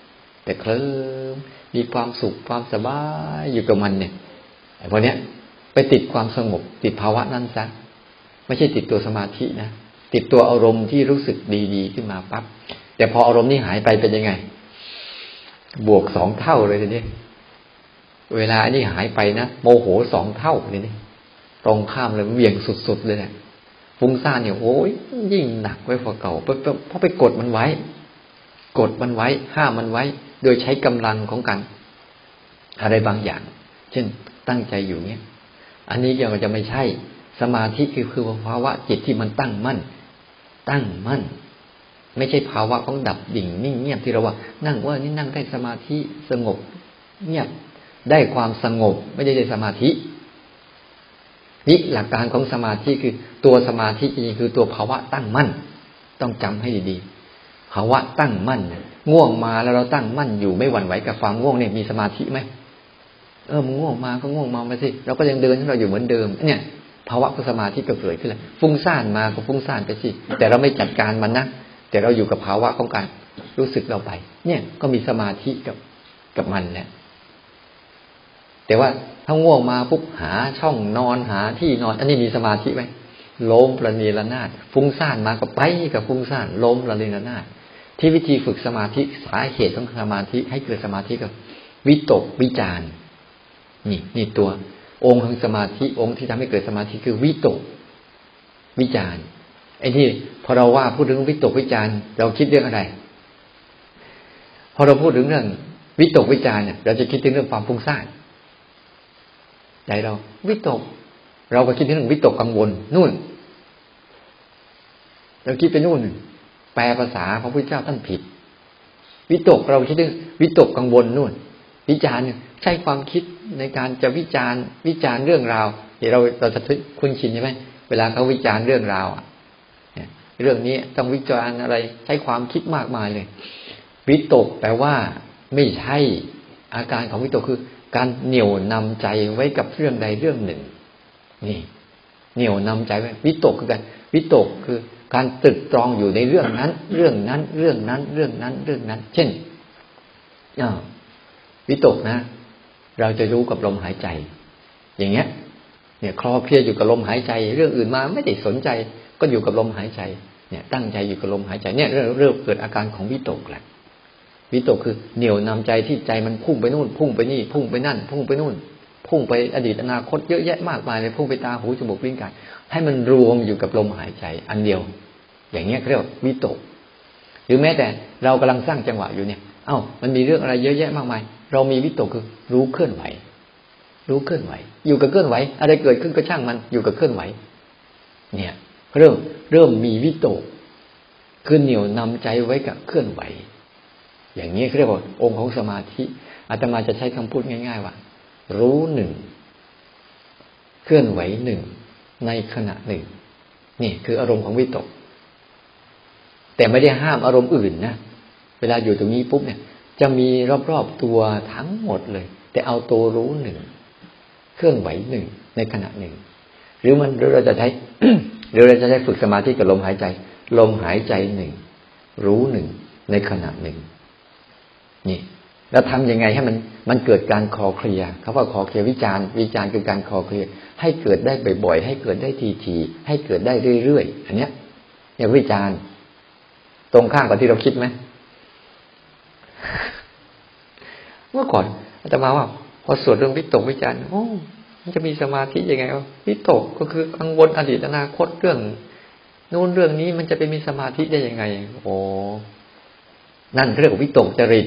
แต่เคลิ้มมีความสุขความสบายอยู่กับมันเนี่ยไอ้พวกเนี้ยไปติดความสงบติดภาวะนั้นซะไม่ใช่ติดตัวสมาธินะติดตัวอารมณ์ที่รู้สึกดีๆขึ้นมาปั๊บแต่พออารมณ์นี้หายไปเป็นยังไงบวกสองเท่าเลยทีนี้เวลาอันนี้หายไปนะโมโหสองเท่าเลยนี่ตรงข้ามเลยเวี่ยงสุดๆเลยแหละฟุ้งซ่านเนี่ยโอ้ยยิ่งหนักไว้กว่าเก่าเพราะไปกดมันไว้กดมันไว้ห้ามมันไว้โดยใช้กำลังของกันอะไรบางอย่างเช่นตั้งใจอยู่เนี้ยอันนี้ยังจะไม่ใช่สมาธิคือคือภาวะจิตที่มันตั้งมั่นตั้งมั่นไม่ใช่ภาวะของดับดิ่งนิ่งเงียบที่เราว่านั่งว่านี่นั่งได้สมาธิสงบเงียบได้ความสงบไม่ได้ได้สมาธินี่หลักการของสมาธิคือตัวสมาธิจริงๆคือตัวภาวะตั้งมั่นต้องจำให้ดีๆภาวะตั้งมั่นง่วงมาแล้วเราตั้งมั่นอยู่ไม่หวั่นไหวกับความง่วงเนี่ยมีสมาธิไหมเออมันง่วงมาก็ง่วงมาไปสิเราก็ยังเดินให้เราอยู่เหมือนเดิมเนี่ยภาวะของสมาธิก็เกิดขึ้นแล้วฟุ้งซ่านมาก็ฟุ้งซ่านไปสิแต่เราไม่จัดการมันนะแต่เราอยู่กับภาวะของการรู้สึกเราไปเนี่ยก็มีสมาธิกับกับมันแหละแต่ว่าถ้าง่วงมาปุ๊บหาช่องนอนหาที่นอนอันนี้มีสมาธิไหมล้มประนีระนาดฟุ้งซ่านมาก็ไปกับฟุ้งซ่านล้มประนีระนาดที่วิธีฝึกสมาธิสาเหตุของสมาธิให้เกิดสมาธิกับวิตกวิจารนี่นี่ตัวองค์ของสมาธิองค์ที่ทำให้เกิดสมาธิคือวิตกวิจารไอ้ที่พอเราว่าพูดถึงวิตกวิจารเราคิดเรื่องอะไรพอเราพูดถึงเรื่องวิตกวิจารเนี่ยเราจะคิดถึงเรื่องความฟุ้งซ่านใจเราวิตกเราก็คิดถึงเรื่องวิตกกังวลนู่นเราคิดไปนู่นแปลภาษาพระพุทธเจ้าท่านผิดวิตกเราคิดถึงวิตกกังวลนู่นวิจารเนี่ยใช้ความคิดในการจะวิจารณ์วิจารณ์เรื่องราวเดี๋ยวเราเราจะคุ้นชินใช่ไหมเวลาเขาวิจารณ์เรื่องราวเรื่องนี้ต้องวิจารณ์อะไรใช้ความคิดมากมายเลยวิตกแปลว่าไม่ใช่อาการของวิตกคือการเหนี่ยวนำใจไว้กับเรื่องใดเรื่องหนึ่งนี่เหนี่ยวนำใจไว้วิตกคือการวิตกคือการตรึกตรองอยู่ในเรื่องนั้นเรื่องนั้นเรื่องนั้นเรื่องนั้นเรื่องนั้นเช่นอ่าวิตกนะเราจะรู้กับลมหายใจอย่างเงี้ยเนี่ยคลอเคลียอยู่กับลมหายใจเรื่องอื่นมาไม่ได้สนใจก็อยู่กับลมหายใจเนี่ยตั้งใจอยู่กับลมหายใจเนี่ยเริ่มเริ่มเกิดอาการของวิตกแหละวิตกคือเหนี่ยวนำใจที่ใจมันพุ่งไปนู่นพุ่งไปนี่พุ่งไปนั่นพุ่งไปนู่นพุ่งไปอดีตอนาคตเยอะแยะมากมายเลยพุ่งไปตาหูจมูกลิ้นกายให้มันรวมอยู่กับลมหายใจอันเดียวอย่างเงี้ยเรียกว่าวิตกหรือแม้แต่เรากำลังสร้างจังหวะอยู่เนี่ยเอ้ามันมีเรื่องอะไรเยอะแยะมากมายเรามีวิตกคือรู้เคลื่อนไหวรู้เคลื่อนไหวอยู่กับเคลื่อนไหวอะไรเกิดขึ้นก็ช่างมันอยู่กับเคลื่อนไหวเนี่ยเริ่มเริ่มมีวิตกคือเหนี่ยวนำใจไว้กับเคลื่อนไหวอย่างนี้เรียกว่าองค์ของสมาธิอาตมาจะใช้คำพูดง่ายๆว่ารู้หนึ่งเคลื่อนไหวหนึ่งในขณะหนึ่งนี่คืออารมณ์ของวิตกแต่ไม่ได้ห้ามอารมณ์อื่นนะเวลาอยู่ตรงนี้ปุ๊บเนี่ยจะมีรอบๆตัวทั้งหมดเลยแต่เอาตัวรู้หนึ่งเคลื่อนไหวหนึ่งในขณะหนึ่งหรือมันหรือเราจะใช้ หรือเราจะใช้ฝึกสมาธิกับลมหายใจลมหายใจหนึ่งรู้หนึ่งในขณะหนึ่งนี่แล้วทำยังไงให้มันมันเกิดการคลอเคลียร์เขาว่าคลอเคลียร์วิจารณ์วิจารณ์คือการคลอเคลียร์ให้เกิดได้บ่อยๆให้เกิดได้ทีๆให้เกิดได้เรื่อยๆอันเนี้ยเนี่ยวิจารณ์ตรงข้ามกับที่เราคิดไหมเมื่อก่อนอาตมาว่าพอสวดเรื่องวิตกวิจารณ์โอ้มันจะมีสมาธิยังไงวะวิตกก็คือกังวลอดีตอนาคตเรื่องนู่นเรื่องนี้มันจะไปมีสมาธิได้ยังไงโอ้นั่นเรียกว่าวิตกจริต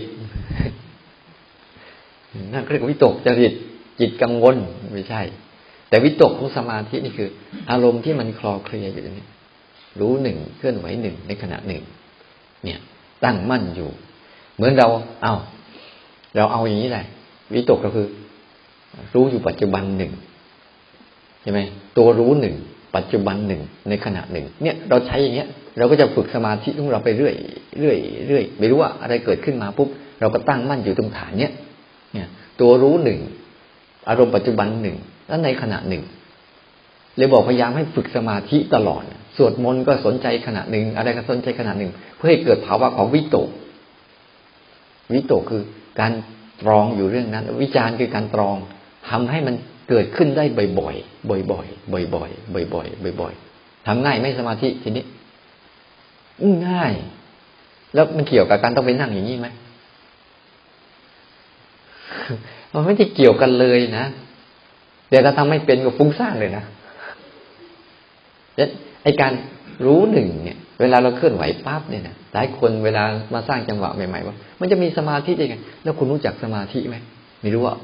นั่นเรียกว่าวิตกจริตจิตกังวลไม่ใช่แต่วิตกของสมาธินี่คืออารมณ์ที่มันคลอเคลียอยู่นี่รู้หนึ่งเคลื่อนไหวหนึ่งในขณะหนึ่งเนี่ยตั้งมั่นอยู่เหมือนเราเอาเราเอาอย่างนี้แหละวิตกก็คือรู้อยู่ปัจจุบันหนึ่งใช่ไหมตัวรู้หนึ่งปัจจุบันหนึ่งในขณะหนึ่งเนี่ยเราใช้อย่างเงี้ยเราก็จะฝึกสมาธิของเราไปเรื่อยเรื่อยเรื่อยไม่รู้ว่าอะไรเกิดขึ้นมาปุ๊บเราก็ตั้งมั่นอยู่ตรงฐานเนี้ยเนี่ยตัวรู้หนึ่งอารมณ์ปัจจุบันหนึ่งแล้วในขณะหนึ่งเลยบอกพยายามให้ฝึกสมาธิตลอดสวดมนต์ก็สนใจขณะหนึ่งอะไรก็สนใจขณะหนึ่งเพื่อให้เกิดภาวะของวิตกวิตกคือการตรองอยู่เรื่องนั้นวิจารณ์คือการตรองทำให้มันเกิดขึ้นได้บ่อยๆบ่อยๆบ่อยๆบ่อยๆบ่อยๆทำง่ายไหมสมาธิทีนี้ง่ายแล้วมันเกี่ยวกับการต้องไปนั่งอย่างนี้ไหมมันไม่ได้เกี่ยวกันเลยนะแต่ถ้าทำไม่เป็นก็ฟุ้งซ่านเลยนะไอ้การรู้หนึ่งเนี่ยเวลาเราเคลื่อนไหวปั๊บเนี่ยนะหลายคนเวลามาสร้างจังหวะใหม่ๆว่ามันจะมีสมาธิได้ไงแล้วคุณรู้จักสมาธิไหมไม่รู้อ่ะ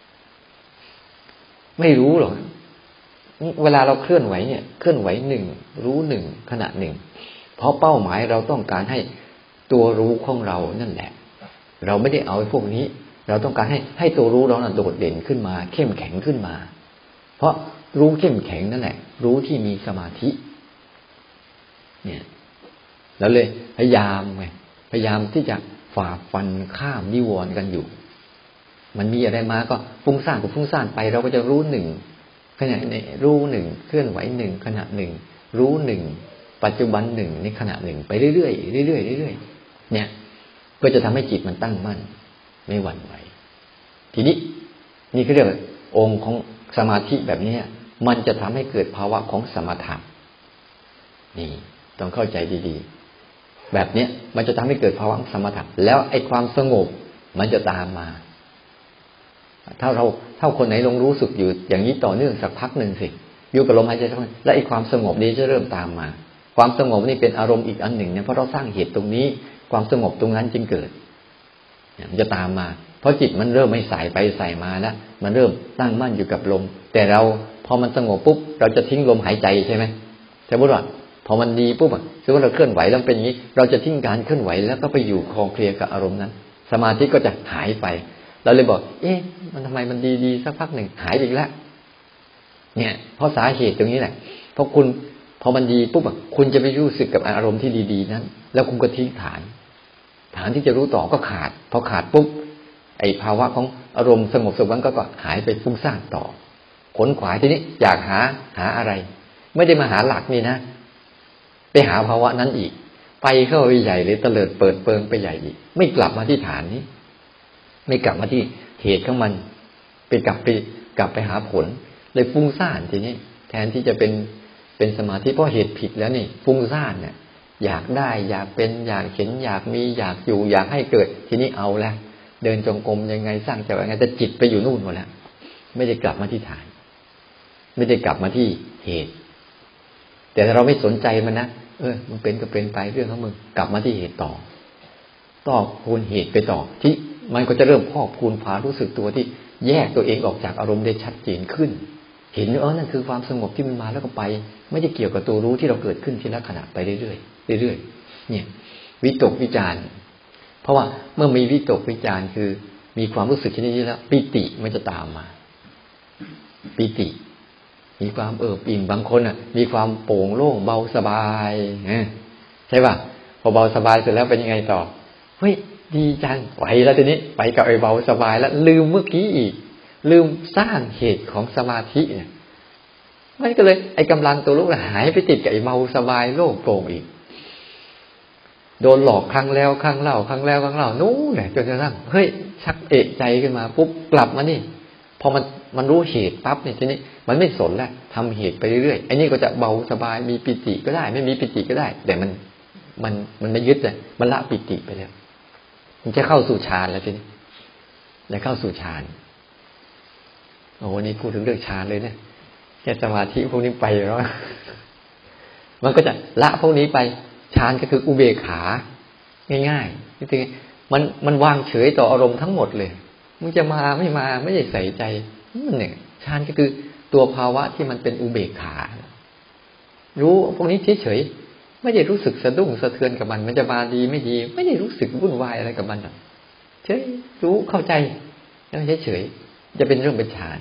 ไม่รู้หรอกเวลาเราเคลื่อนไหวเนี่ยเคลื่อนไหวหนึ่งรู้หนึ่งขณะหนึ่งเพราะเป้าหมายเราต้องการให้ตัวรู้ของเรานั่นแหละเราไม่ได้เอาไอ้พวกนี้เราต้องการให้ให้ตัวรู้เราโดดเด่นขึ้นมาเข้มแข็งขึ้นมาเพราะรู้เข้มแข็งนั่นแหละรู้ที่มีสมาธิเนี่ยแล้วเลยพยายามไงพยายามที่จะฝ่าฟันข้ามนิวรณ์กันอยู่มันมีอะไรมาก็ฟุ้งซ่านก็ฟุ้งซ่านไปเราก็จะรู้หนึ่งขณะในรู้หนึ่งเคลื่อนไหวหนึ่งขณะหนึ่งรู้หนึ่งปัจจุบันหนึ่งในขณะหนึ่งไปเรื่อยๆเรื่อยๆเรื่อยๆเนี่ยก็จะทำให้จิตมันตั้งมั่นไม่หวั่นไหวทีนี้นี่คือเรียกว่าองค์ของสมาธิแบบนี้มันจะทำให้เกิดภาวะของสมถะนี่ต้องเข้าใจดีๆแบบนี้มันจะทำให้เกิดภาวะสมถะแล้วไอ้ความสงบมันจะตามมาถ้าเราถ้าคนไหนลงรู้สึกอยู่อย่างนี้ต่อเนื่องสักพักหนึ่งสิอยู่กับลมหายใจสักพักแล้วไอ้ความสงบนี้จะเริ่มตามมาความสงบนี่เป็นอารมณ์อีกอันหนึ่งเนี่ยเพราะเราสร้างเหตุตรงนี้ความสงบตรงนั้นจึงเกิดมันจะตามมาเพราะจิตมันเริ่มไม่ใส่ไปใส่มาแล้วมันเริ่มตั้งมั่นอยู่กับลมแต่เราพอมันสงบปุ๊บเราจะทิ้งลมหายใจใช่ไหมสมมติว่าพอมันดีปุ๊บอ่ะสมมติเราเคลื่อนไหวแล้วเป็นอย่างนี้เราจะทิ้งการเคลื่อนไหวแล้วก็ไปอยู่คลอเคลียกับอารมณ์นั้นสมาธิก็จะหายไปเราเลยบอกเอ๊ะมันทำไมมันดีๆสักพักหนึ่งหายอีกแล้วเนี่ยเพราะสาเหตุตรงนี้แหละเพราะคุณพอมันดีปุ๊บอ่ะคุณจะไปรู้สึกกับอารมณ์ที่ดีๆนั้นแล้วคุณก็ทิ้งฐานฐานที่จะรู้ต่อก็ขาดพอขาดปุ๊บไอ้ภาวะของอารมณ์สงบสุขนั้นก็หายไปฟุ้งซ่านต่อขนขวายทีนี้อยากหาหาอะไรไม่ได้มาหาหลักนี่นะไปหาภาวะนั้นอีกไปเข้าไปใหญ่เลยเตลิดเปิดเปิงไปใหญ่อีกไม่กลับมาที่ฐานนี้ไม่กลับมาที่เหตุของมันไปกลับไปกลับไปหาผลเลยฟุ้งซ่านทีนี้แทนที่จะเป็นเป็นสมาธิเพราะเหตุผิดแล้วนี่ฟุ้งซ่านเนี่ยอยากได้อยากเป็นอยากเห็นอยากมีอยากอยู่อยากให้เกิดทีนี้เอาละเดินจงกรมยังไงสร้างจังหวะยังไงแต่จิตไปอยู่นู่นหมดแล้วไม่ได้กลับมาที่ฐานไม่ได้กลับมาที่เหตุแต่ถ้าเราไม่สนใจมันนะเออมันเป็นก็เป็นไปเรื่องของมึงกลับมาที่เหตุต่อต่อคูณเหตุไปต่อที่มันก็จะเริ่มพอกพูนพารู้สึกตัวที่แยกตัวเองออกจากอารมณ์ได้ชัดเจนขึ้นเห็นเออนั่นคือความสงบที่มันมาแล้วก็ไปไม่ได้เกี่ยวกับตัวรู้ที่เราเกิดขึ้นทีละขณะไปเรื่อยๆเรื่อยๆเนี่ยวิตกวิจารเพราะว่าเมื่อมีวิตกวิจารคือมีความรู้สึกชนิดนี้แล้วปิติมันจะตามมาปิติมีความเอิบอิ่มบางคนอ่ะมีความโปร่งโล่งเบาสบายใช่ป่ะพอเบาสบายเสร็จแล้วเป็นยังไงต่อเฮ้ยดีจังไหวแล้วทีนี้ไปกับไอ้เบาสบายแล้วลืมเมื่อกี้อีกลืมสร้างเหตุของสมาธิเนี่ยมันก็เลยไอ้กำลังตัวรู้หายไปติดกับไอ้เบาสบายโล่งโปร่งอีกโดนหลอกครั้งแล้วครั้งเล่าครั้งแล้วครั้งเล่านู้นแหละจนกระทั่งเฮ้ยชักเอะใจขึ้นมาปุ๊บกลับมานี่พอมันมันรู้เหตุปั๊บเนี่ยทีนี้มันไม่สนแล้วทำเหตุไปเรื่อยๆไอ้นี่ก็จะเบาสบายมีปิติก็ได้ไม่มีปิติก็ได้แต่มันมันมันไม่ยึดเลยมันละปิติไปแล้วมันจะเข้าสู่ฌานแล้วทีนี้จะเข้าสู่ฌานโอ้โหนี่พูดถึงเรื่องฌานเลยเนี่ยแค่สมาธิพวกนี้ไปแล้วมันก็จะละพวกนี้ไปฌานก็คืออุเบกขาง่ายๆนี่คือมันมันวางเฉยต่ออารมณ์ทั้งหมดเลยมึงจะมาไม่มาไม่ได้ใส่ใจมันเนี่ยฌานก็คือตัวภาวะที่มันเป็นอุเบกขารู้พวกนี้เฉยๆไม่ได้รู้สึกสะดุ้งสะเทือนกับมันมันจะมาดีไม่ดีไม่ได้รู้สึกวุ่นวายอะไรกับมันหรอกเฉยรู้เข้าใจแล้วเฉยๆจะเป็นเรื่องเป็นฌาน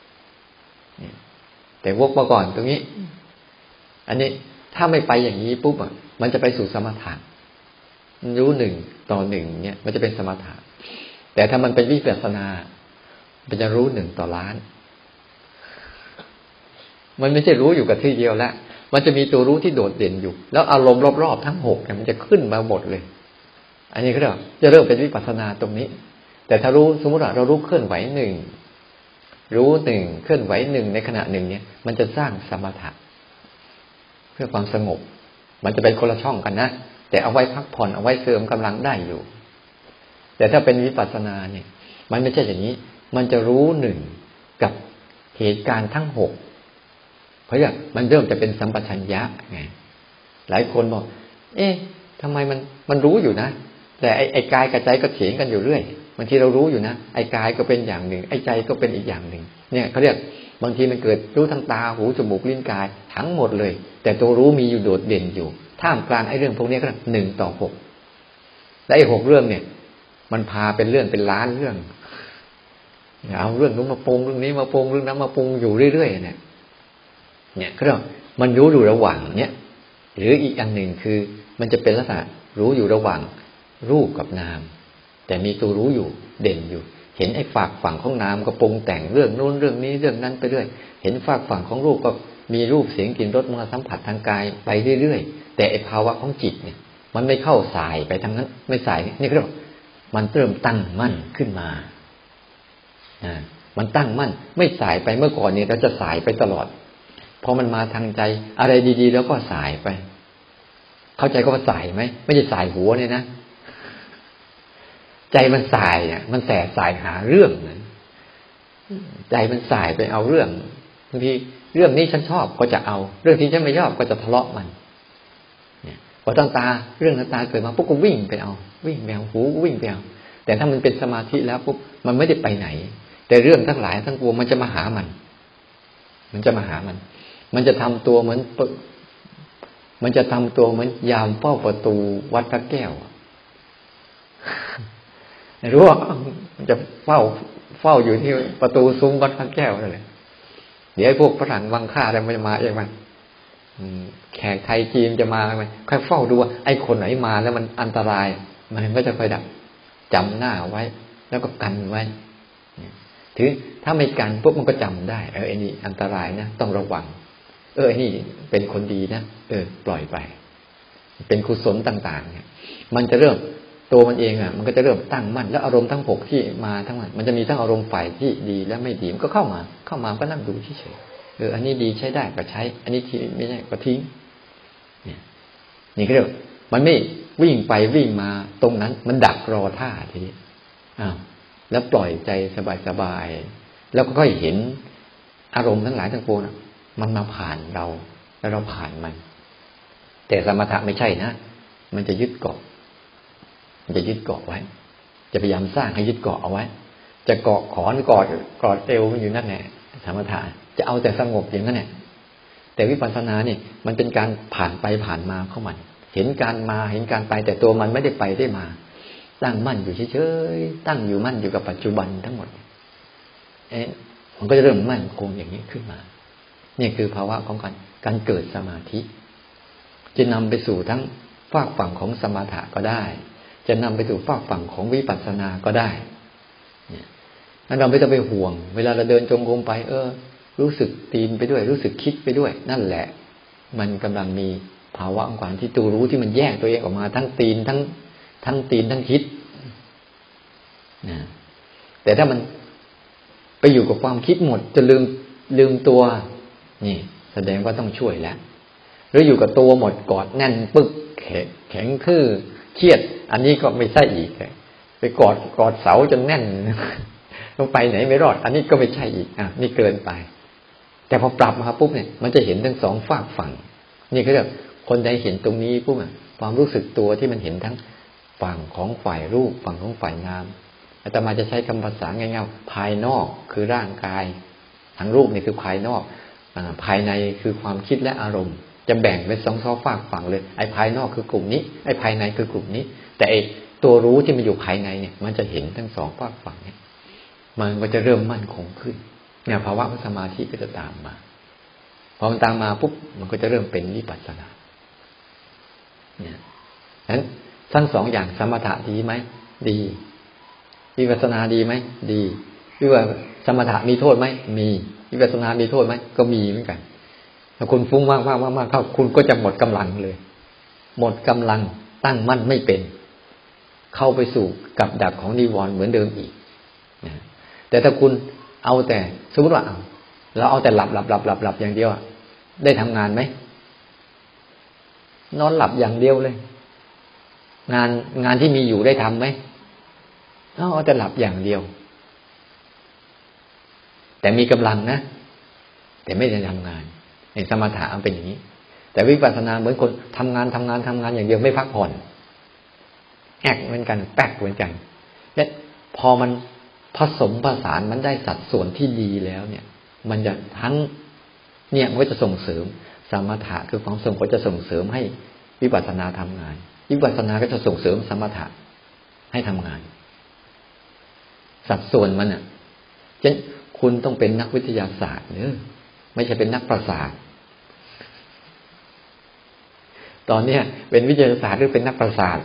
แต่วกมาก่อนตรงนี้อันนี้ถ้าไม่ไปอย่างนี้ปุ๊บอ่ะมันจะไปสู่สมถะรู้หนึ่งต่อหนึ่งเนี่ยมันจะเป็นสมถะแต่ถ้ามันเป็นวิปัสสนามันจะรู้หนึ่งต่อล้านมันไม่ใช่รู้อยู่กับที่เดียวแล้วมันจะมีตัวรู้ที่โดดเด่นอยู่แล้วอารมณ์รอบๆทั้งหกเนี่ยมันจะขึ้นมาหมดเลยอันนี้ก็เรียกจะเริ่มเป็นวิปัสสนาตรงนี้แต่ถ้ารู้สมมติว่าเรารู้เคลื่อนไหวหนึ่งรู้หนึ่งเคลื่อนไหวหนึ่งในขณะหนึ่งเนี่ยมันจะสร้างสมถะเพื่อความสงบมันจะเป็นคนละช่องกันนะแต่เอาไว้พักผ่อนเอาไว้เสริมกำลังได้อยู่แต่ถ้าเป็นวิปัสสนาเนี่ยมันไม่ใช่อย่างนี้มันจะรู้หนึ่งกับเหตุการณ์ทั้งหกเพราะอย่างมันเริ่มจะเป็นสัมปชัญญะไงหลายคนบอกเอ๊ะทำไมมันมันรู้อยู่นะแต่ไอ้ไอ้กายกับใจก็เถียงกันอยู่เรื่อยบางทีเรารู้อยู่นะไอ้กายก็เป็นอย่างหนึ่งไอ้ใจก็เป็นอีกอย่างหนึ่งเนี่ยเขาเรียกบางทีมันเกิดรู้ทางตาหูจมูกลิ้นกายทั้งหมดเลยแต่ตัวรู้มีอยู่โดดเด่นอยู่ท่ามกลางไอ้เรื่องพวกนี้ก็หนึ่งต่อหกและไอ้หกเรื่องเนี่ยมันพาเป็นเรื่องเป็นล้านเรื่องเอาเรื่องนู้นมาปรุงเรื่องนี้มาปรุงเรื่องนั้นมาปรุงอยู่เรื่อยๆเนี่ยเนี่ยก็มันรู้อยู่ระหว่างเนี่ยหรืออีกอันหนึ่งคือมันจะเป็นลักษณะรู้อยู่ระหว่างรูปกับนามแต่มีตัวรู้อยู่เด่นอยู่เห็นไอ้ฝากฝั่งของนามก็ปรุงแต่งเรื่องโน้นเรื่องนี้เรื่องนั้นไปเรื่อยเห็นฝากฝั่งของรูปก็มีรูปเสียงกลิ่นรสมาสัมผัสทางกายไปเรื่อยๆแต่ไอ้ภาวะของจิตเนี่ยมันไม่เข้าสายไปทางนั้นไม่สายนี่ก็เรียกว่ามันเริ่มตั้งมั่นขึ้นมาอ่ามันตั้งมั่นไม่สายไปเมื่อก่อนเนี่ยเราจะสายไปตลอดพอมันมาทางใจอะไรดีๆแล้วก็สายไปเข้าใจก็ว่าสายไหมไม่ใช่สายหัวเนี่ยนะใจมันสายเนี่ยมันแสสายหาเรื่องนั้นใจมันสายไปเอาเรื่องบางทีเรื่องนี้ฉันชอบก็จะเอาเรื่องที่ฉันไม่ชอบก็จะทะเลาะมันเนี่ยพอตั้งตาเรื่องตั้งตาเกิดมาปุ๊บก็วิ่งไปเอาวิ่งไปเอาหูวิ่งไปเอาแต่ถ้ามันเป็นสมาธิแล้วปุ๊บมันไม่ได้ไปไหนแต่เรื่องทั้งหลายทั้งปวงมันจะมาหามันมันจะมาหามันมันจะทำตัวเหมือนมันจะทำตัวเหมือนยามเฝ้าประตูวัดพระแก้วรู้ว่ามันจะเฝ้าเฝ้าอยู่ที่ประตูซุ้มวัดพระแก้วนั่นแหละเดี๋ยวไอ้พวกฝรั่งวังค่าอะไรมันจะมาเองมันแขกไทยจีนจะมาไหมค่อยเฝ้าดูว่าไอ้คนไหนมาแล้วมันอันตรายมันก็จะค่อยดับจำหน้าไว้แล้วก็กันไว้ถึงถ้าไม่กันปุ๊บมันก็จำได้เออไอ้นี่อันตรายนะต้องระวังเออไอ้นี่เป็นคนดีนะเออปล่อยไปเป็นกุศลต่างๆเนี่ยมันจะเริ่มตัวมันเองอ่ะมันก็จะเริ่มตั้งมั่นแล้วอารมณ์ทั้งหกที่มาทั้งหมดมันจะมีทั้งอารมณ์ฝ่ายที่ดีและไม่ดีมันก็เข้ามาเข้ามาก็นั่งดูเฉยๆเอออันนี้ดีใช้ได้ก็ใช้อันนี้ที่ไม่ได้ก็ทิ้งเนี่ยนี่ก็เรียกมันไม่วิ่งไปวิ่งมาตรงนั้นมันดักรอท่าทีนี้อ้าวแล้วปล่อยใจสบายๆแล้วก็ค่อยเห็นอารมณ์ทั้งหลายทั้งปวงน่ะมันมาผ่านเราแล้วเราผ่านมันแต่สมถะไม่ใช่นะมันจะยึดเกาะมันจะยึดเกาะไว้จะพยายามสร้างให้ยึดเกาะเอาไว้จะเกาะขอนกอดกอดเอวมันอยู่นั่นแหละสมถะจะเอาแต่สงบอย่างนั้นแหละแต่วิปัสสนาเนี่ยมันเป็นการผ่านไปผ่านมาของมันเห็นการมาเห็นการไปแต่ตัวมันไม่ได้ไปได้มาตั้งมั่นอยู่เฉยๆตั้งอยู่มั่นอยู่กับปัจจุบันทั้งหมดเอ๊ะมันก็จะเริ่มมั่นคงอย่างนี้ขึ้นมานี่คือภาวะของการการเกิดสมาธิจะนำไปสู่ทั้งฝากฝั่งของสมถะก็ได้จะนำไปสู่ฝากฝั่งของวิปัสสนาก็ได้เนี่ยนั่นเราไม่ต้องไปห่วงเวลาเราเดินจงกรมไปเออรู้สึกตีนไปด้วยรู้สึกคิดไปด้วยนั่นแหละมันกำลังมีภาวะของความที่ตัวรู้ที่มันแยกตัวเองออกมาทั้งตีนทั้งทั้งตีนทั้งคิดนะแต่ถ้ามันไปอยู่กับความคิดหมดจะลืมลืมตัวนี่แสดงว่าต้องช่วยแล้วหรืออยู่กับตัวหมดกอดแน่นปึ๊กแข็งคือเครียดอันนี้ก็ไม่ใช่อีกไปกอดกอดเสาจนแน่นลงไปไหนไม่รอดอันนี้ก็ไม่ใช่อีกอ่ะนี่เกินไปแต่พอปรับมาปุ๊บเนี่ยมันจะเห็นทั้งสองฝากฝั่งนี่เขาเรียกคนใดเห็นตรงนี้ปุ๊บอ่ะความรู้สึกตัวที่มันเห็นทั้งฝั่งของฝ่ายรูปฝั่งของฝ่ายนามอาตมาจะใช้คำภาษาง่ายๆภายนอกคือร่างกายทางรูปนี่คือภายนอกภายในคือความคิดและอารมณ์จะแบ่งเป็นสองสองฝากฝั่งเลยไอ้ภายนอกคือกลุ่มนี้ไอ้ภายในคือกลุ่มนี้แต่ไอ้ตัวรู้ที่มันอยู่ภายในเนี่ยมันจะเห็นทั้งสองฝากฝั่งเนี่ยมันก็จะเริ่มมั่นคงขึ้นเนี่ยภาวะของสมาธิก็จะตามมาพอมันตามมาปุ๊บมันก็จะเริ่มเป็นวิปัสสนาเนี่ยนั้นทั้งสองอย่างสมถะดีไหมดีวิปัสสนาดีไหมดีวิปัสสมถะมีโทษไหมมีวิปัสสนามีโทษไหมก็มีเหมือนกันถ้าคุณฟุ้งมากมากมากมากเข้าคุณก็จะหมดกำลังเลยหมดกำลังตั้งมั่นไม่เป็นเข้าไปสู่กับดักของนิวรณ์เหมือนเดิมอีกนะแต่ถ้าคุณเอาแต่สมมติว่าเราเอาแต่หลับหลับหลับหลับหลับอย่างเดียวได้ทำงานไหมนอนหลับอย่างเดียวเลยงานงานที่มีอยู่ได้ทำไหมเอาแต่หลับอย่างเดียวแต่มีกำลังนะแต่ไม่ได้ทำงานในสมถะมันเป็นอย่างนี้แต่วิปัสสนาเหมือนคนทำงานทำงานทำงานอย่างเดียวไม่พักผ่อนแอกเหมือนกันแป๊กเหมือนกันเนี่ยพอมันผสมผสานมันได้สัดส่วนที่ดีแล้วเนี่ยมันจะทั้งเนี่ยมันก็จะส่งเสริมสมถะคือความสงบก็จะส่งเสริมให้วิปัสสนาทำงานวิปัสสนาก็จะส่งเสริมสมถะให้ทำงานสัดส่วนมันอ่ะฉะนั้นคุณต้องเป็นนักวิทยาศาสตร์เนอะไม่ใช่เป็นนักประสาทตอนนี้เป็นวิทยาศาสตร์หรือเป็นนักประสาท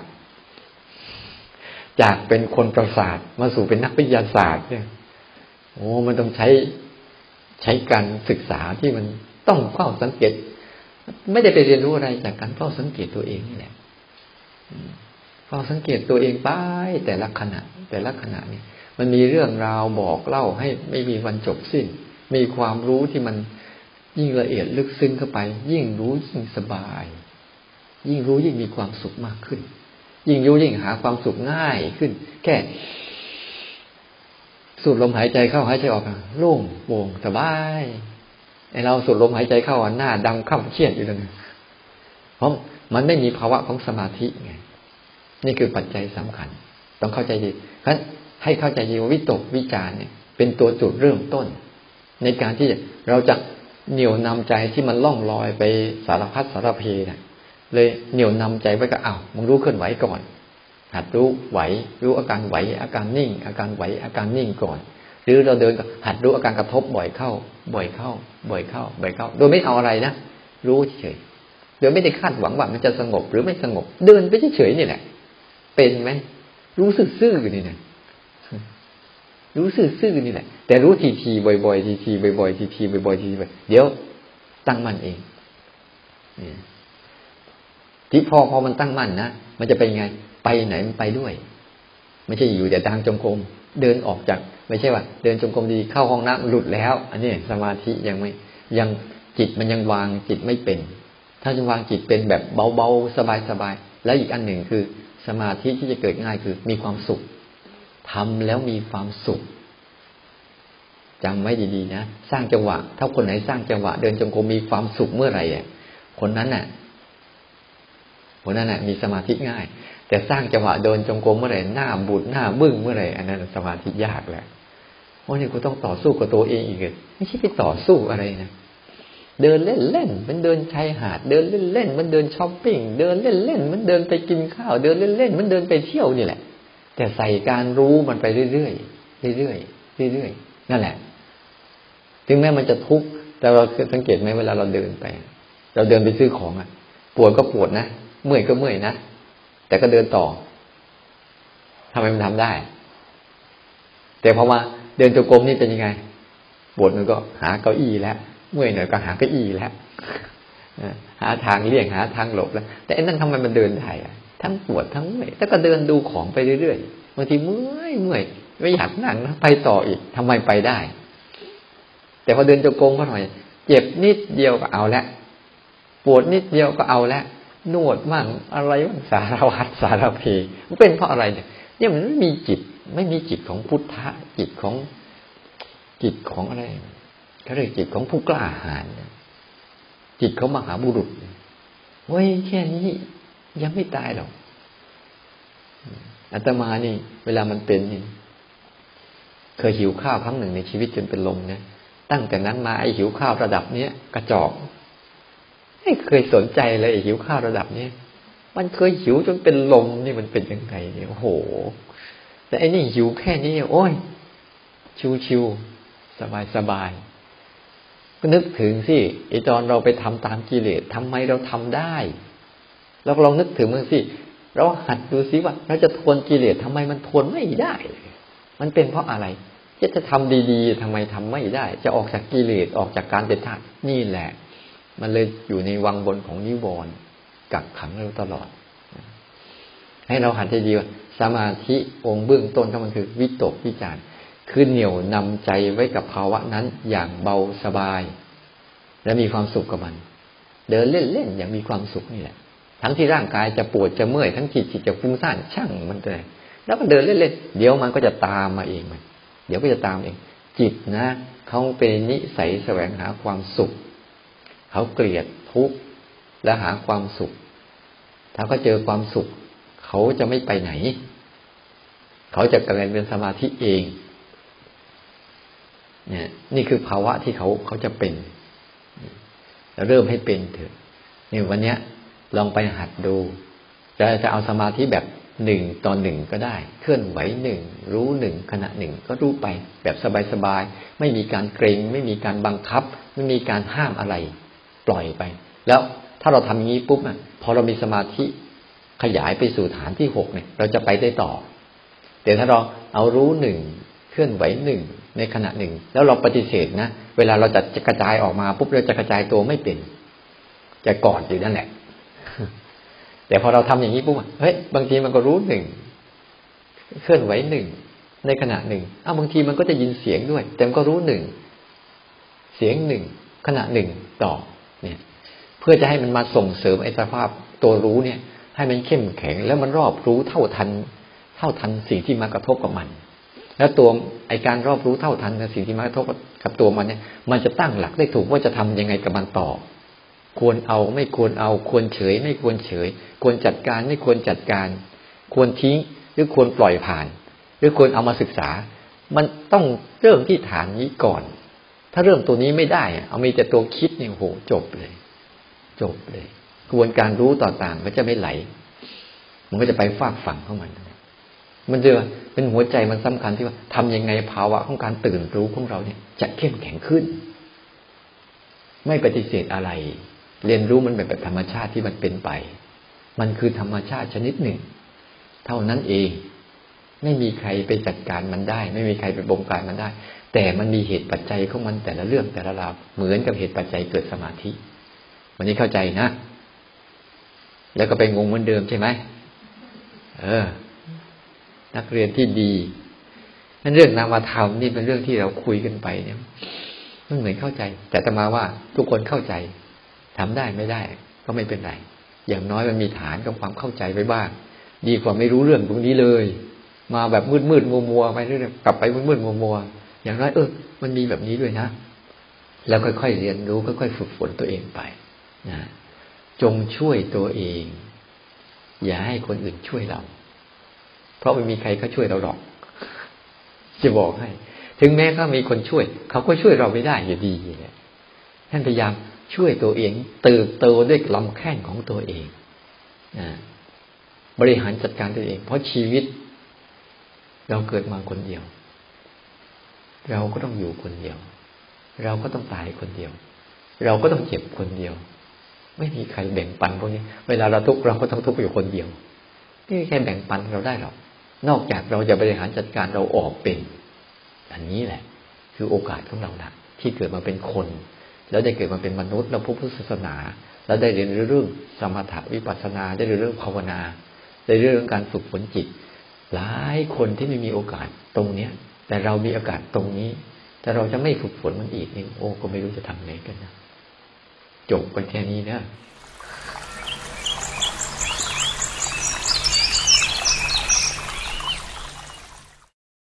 จากเป็นคนประสาทมาสู่เป็นนักวิทยาศาสตร์เนี่ยโอ้มันต้องใช้ใช้การศึกษาที่มันต้องเฝ้าสังเกตไม่ได้ไปเรียนรู้อะไรจากการเฝ้าสังเกตตัวเองนี่แหละเฝ้าสังเกตตัวเองไปแต่ละขณะแต่ละขณะนี่มันมีเรื่องราวบอกเล่าให้ไม่มีวันจบสิ้นมีความรู้ที่มันยิ่งละเอียดลึกซึ้งเข้าไปยิ่งรู้ยิ่งสบายยิ่งรู้ยิ่งมีความสุขมากขึ้นยิ่งรู้ยิ่งหาความสุขง่ายขึ้นแค่สูดลมหายใจเข้าหายใจออกโล่งโปร่งสบายไอเราสูดลมหายใจเข้าหน้าดำค่ำเครียดอยู่เลยเพราะมันไม่มีภาวะของสมาธิไงนี่คือปัจจัยสำคัญต้องเข้าใจดีเพราะฉะนั้นให้เข้าใจดีว่าวิตกวิจารเนี่ยเป็นตัวจุดเริ่มต้นในการที่เราจะเหนี่ยวนำใจที่มันล่องลอยไปสารพัดสารเพนะเลยเหนี่ยวนำใจไว้ก็อ้าวมึงรู้เคลื่อนไหวก่อนหัดรู้ไหวรู้อาการไหวอาการนิ่งอาการไหวอาการนิ่งก่อนหรือเราเดินก็หัดรู้อาการกระทบบ่อยเข้าบ่อยเข้าบ่อยเข้าบ่อยเข้าโดยไม่เอาอะไรนะรู้เฉยโดยไม่ได้คาดหวังว่ามันจะสงบหรือไม่สงบเดินไปเฉยๆนี่แหละเป็นไหมรู้ซื่อๆนี่นะรู้ซื่อๆนี่แหละแต่รู้ทีๆบ่อยๆทีๆบ่อยๆทีๆบ่อยๆทีๆบ่อยเดี๋ยวตั้งมั่นเองที่พอพอมันตั้งมั่นนะมันจะเป็นไงไปไหนมันไปด้วยไม่ใช่อยู่แต่ทางจงกรมเดินออกจากไม่ใช่ว่าเดินจงกรมดีเข้าห้องน้ำหลุดแล้วอันนี้สมาธิยังไม่ยังจิตมันยังวางจิตไม่เป็นถ้าจะวางจิตเป็นแบบเบาๆสบายๆแล้วอีกอันหนึ่งคือสมาธิที่จะเกิดง่ายคือมีความสุขทำแล้วมีความสุขจำไว้ดีๆนะสร้างจังหวะถ้าคนไหนสร้างจังหวะเดินจงกรมมีความสุขเมื่อไหร่อ่ะคนนั้นน่ะคนนั้นน่ะมีสมาธิง่ายแต่สร้างจังหวะเดินจงกรมเมื่อไหร่หน้าบูดหน้าบึ้งเมื่อไหร่อันนั้นสมาธิยากแหละเพราะนี่กูต้องต่อสู้กับตัวเองอีกเลยไม่ใช่ไปต่อสู้อะไรนะเดินเล่นๆมันเดินชายหาดเดินเล่นๆมันเดินช้อปปิ้งเดินเล่นๆมันเดินไปกินข้าวเดินเล่นๆมันเดินไปเที่ยวนี่แหละแต่ใส่การรู้มันไปเรื่อยๆเรื่อยๆเรื่อยๆนั่นแหละถึงแม้มันจะทุกข์แต่เราสังเกตไหมเวลาเราเดินไปเราเดินไปซื้อของอ่ะปวดก็ปวดนะเมื่อยก็เมื่อยนะแต่ก็เดินต่อทำไมมันทำได้แต่พอมาเดินจงกรมนี่เป็นยังไงปวดมันก็หาเก้าอี้แล้วเมื่อยหน่อยก็หาเก้าอี้แล้วหาทางเลี่ยงหาทางหลบแล้วแต่ไอ้นั่นทำไมมันเดินได้อะทั้งปวดทั้งเมื่อยแต่ก็เดินดูของไปเรื่อยๆบางทีเมื่อยเมื่อยไม่อยากนั่งนะไปต่ออีกทำไมไปได้แต่พอเดินจงกรมก็หน่อยเจ็บนิดเดียวก็เอาละปวดนิดเดียวก็เอาละนวดมั่งอะไรมั่งสารพัดสารเพมันเป็นเพราะอะไรเนี่ยเนี่ยมันไม่มีจิตไม่มีจิตของพุทธะจิตของจิตของอะไรเขาเรียกจิตของผู้กล้าหาญจิตของมหาบุรุษเว้ยแค่นี้ยังไม่ตายหรอกอาตมานี่เวลามันเป็นนี่เคยหิวข้าวครั้งหนึ่งในชีวิตจนเป็นลมนะตั้งแต่นั้นมาไอ้หิวข้าวระดับเนี้ยกระจอกไม่เคยสนใจเลยไอ้หิวข้าวระดับเนี้ยมันเคยหิวจนเป็นลมนี่มันเป็นยังไงเนี่ยโอ้โหแต่ไอ้นี่หิวแค่นี้โอ้ยชิวๆสบายๆก็นึกถึงสิไอ้ตอนเราไปทำตามกิเลสทำไมเราทำได้แล้วลองนึกถึงมันสิเราหัดดูสิว่าเราจะทนกิเลสทำไมมันทนไม่ได้มันเป็นเพราะอะไรจะจะทำดีๆทำไมทำไม่ได้จะออกจากกิเลสออกจากการเป็นทาสนี่แหละมันเลยอยู่ในวังวนของนิวรณ์กักขังเราตลอดให้เราหัดใจดีว่าสมาธิองค์เบื้องต้นก็มันคือวิตกวิจารคือเหนี่ยวนำใจไว้กับภาวะนั้นอย่างเบาสบายและมีความสุขกับมันเดินเล่นๆอย่างมีความสุขนี่แหละทั้งที่ร่างกายจะปวดจะเมื่อยทั้งจิตจิตจะฟุ้งซ่านช่างมันเลยแล้วก็เดินเล่นๆเดี๋ยวมันก็จะตามมาเองมันเดี๋ยวก็จะตามเองจิตนะเขาเป็นนิสัยแสวงหาความสุขเขาเกลียดทุกข์และหาความสุขถ้าเขาเจอความสุขเขาจะไม่ไปไหนเขาจะกลายเป็นสมาธิเองเนี่ยนี่คือภาวะที่เขาเขาจะเป็นเริ่มให้เป็นเถอะนี่วันเนี้ยลองไปหัดดูจะจะเอาสมาธิแบบหนึ่งต่อหนึ่งก็ได้เคลื่อนไหวหนึ่งรู้หนึ่งขณะหนึ่งก็รู้ไปแบบสบายๆไม่มีการเกรงไม่มีการบังคับไม่มีการห้ามอะไรปล่อยไปแล้วถ้าเราทำอย่างนี้ปุ๊บอ่ะพอเรามีสมาธิขยายไปสู่ฐานที่หกเนี่ยเราจะไปได้ต่อแต่ถ้าเราเอารู้หนึ่งเคลื่อนไหวหนึ่งในขณะหนึ่งแล้วเราปฏิเสธนะเวลาเราจะกระจายออกมาปุ๊บเราจะกระจายตัวไม่เป็นจะกอดอยู่นั่นแหละแต่พอเราทำอย่างนี้ปุ๊บเฮ้ยบางทีมันก็รู้หนึ่งเคลื่อนไหวหนึ่งในขณะหนึ่งอ้าวบางทีมันก็จะยินเสียงด้วยแต่มันก็รู้หนึ่งเสียงหนึ่งขณะหนึ่งต่อเนี่ยเพื่อจะให้มันมาส่งเสริมไอ้สภาพตัวรู้เนี่ยให้มันเข้มแข็งแล้วมันรอบรู้เท่าทันเท่าทันสิ่งที่มากระทบกับมันแล้วตัวไอ้การรอบรู้เท่าทันกับสิ่งที่มากระทบกับตัวมันเนี่ยมันจะตั้งหลักได้ถูกว่าจะทำยังไงกับมันต่อควรเอาไม่ควรเอาควรเฉยไม่ควรเฉยควรจัดการไม่ควรจัดการควรทิ้งหรือควรปล่อยผ่านหรือควรเอามาศึกษามันต้องเริ่มที่ฐานนี้ก่อนถ้าเริ่มตัวนี้ไม่ได้เอามีแต่ตัวคิดเนี่ยโหจบเลยจบเลยกระบวนการรู้ต่างๆก็จะไม่ไหลมันก็จะไปฝากฝั่งของมันมันจะเป็นหัวใจมันสำคัญที่ว่าทำยังไงภาวะของการตื่นรู้ของเราเนี่ยจะเข้มแข็งขึ้นไม่ปฏิเสธอะไรเรียนรู้มันแบบธรรมชาติที่มันเป็นไปมันคือธรรมชาติชนิดหนึ่งเท่านั้นเองไม่มีใครไปจัดการมันได้ไม่มีใครไปบงการมันได้แต่มันมีเหตุปัจจัยของมันแต่ละเรื่องแต่ละราวเหมือนกับเหตุปัจจัยเกิดสมาธิวันนี้เข้าใจนะแล้วก็ไปงงเหมือนเดิมใช่ไหมเออนักเรียนที่ดีนั่นเรื่องนามธรรมนี่เป็นเรื่องที่เราคุยกันไปเนี่ยมันเหมือนเข้าใจแต่อาตมาว่าทุกคนเข้าใจทำได้ไม่ได้ก็ไม่เป็นไรอย่างน้อยมันมีฐานกับความเข้าใจไว้บ้างดีกว่าไม่รู้เรื่องตรงนี้เลยมาแบบมืดมืดมัวมัวไปเรื่อยๆกลับไปมืดมืดมัวมัวอย่างน้อยเออมันมีแบบนี้ด้วยนะแล้วค่อยๆเรียนรู้ค่อยๆฝึกฝนตัวเองไปนะจงช่วยตัวเองอย่าให้คนอื่นช่วยเราเพราะไม่มีใครเขาช่วยเราหรอกจะบอกให้ถึงแม้เขามีคนช่วยเขาก็ช่วยเราไม่ได้อยู่ดีเนี่ยท่านพยายามช่วยตัวเองเติบโตด้วยลำแข้งของตัวเองนะบริหารจัดการตัวเองเพราะชีวิตเราเกิดมาคนเดียวเราก็ต้องอยู่คนเดียวเราก็ต้องตายคนเดียวเราก็ต้องเจ็บคนเดียวไม่มีใครแบ่งปันพวกนี้เวลาเราทุกข์เราก็ต้องทุกข์อยู่คนเดียวไม่มีใครแบ่งปันเราได้หรอกนอกจากเราจะบริหารจัดการเราออกเป็นอันนี้แหละคือโอกาสของเรานะที่เกิดมาเป็นคนแล้วได้เกิดมาเป็นมนุษย์แล้วพบพุทธศาสนาแล้วได้เรียนเรื่องสมถะวิปัสสนาได้เรียนเรื่องภาวนาได้เรื่องการฝึกฝนจิตหลายคนที่ไม่มีโอกาสตรงเนี้ยแต่เรามีโอกาสตรงนี้แต่เราจะไม่ฝึกฝนมันอีกนี่โอ้ก็ไม่รู้จะทำไงกันนะจบกันแค่นี้นะ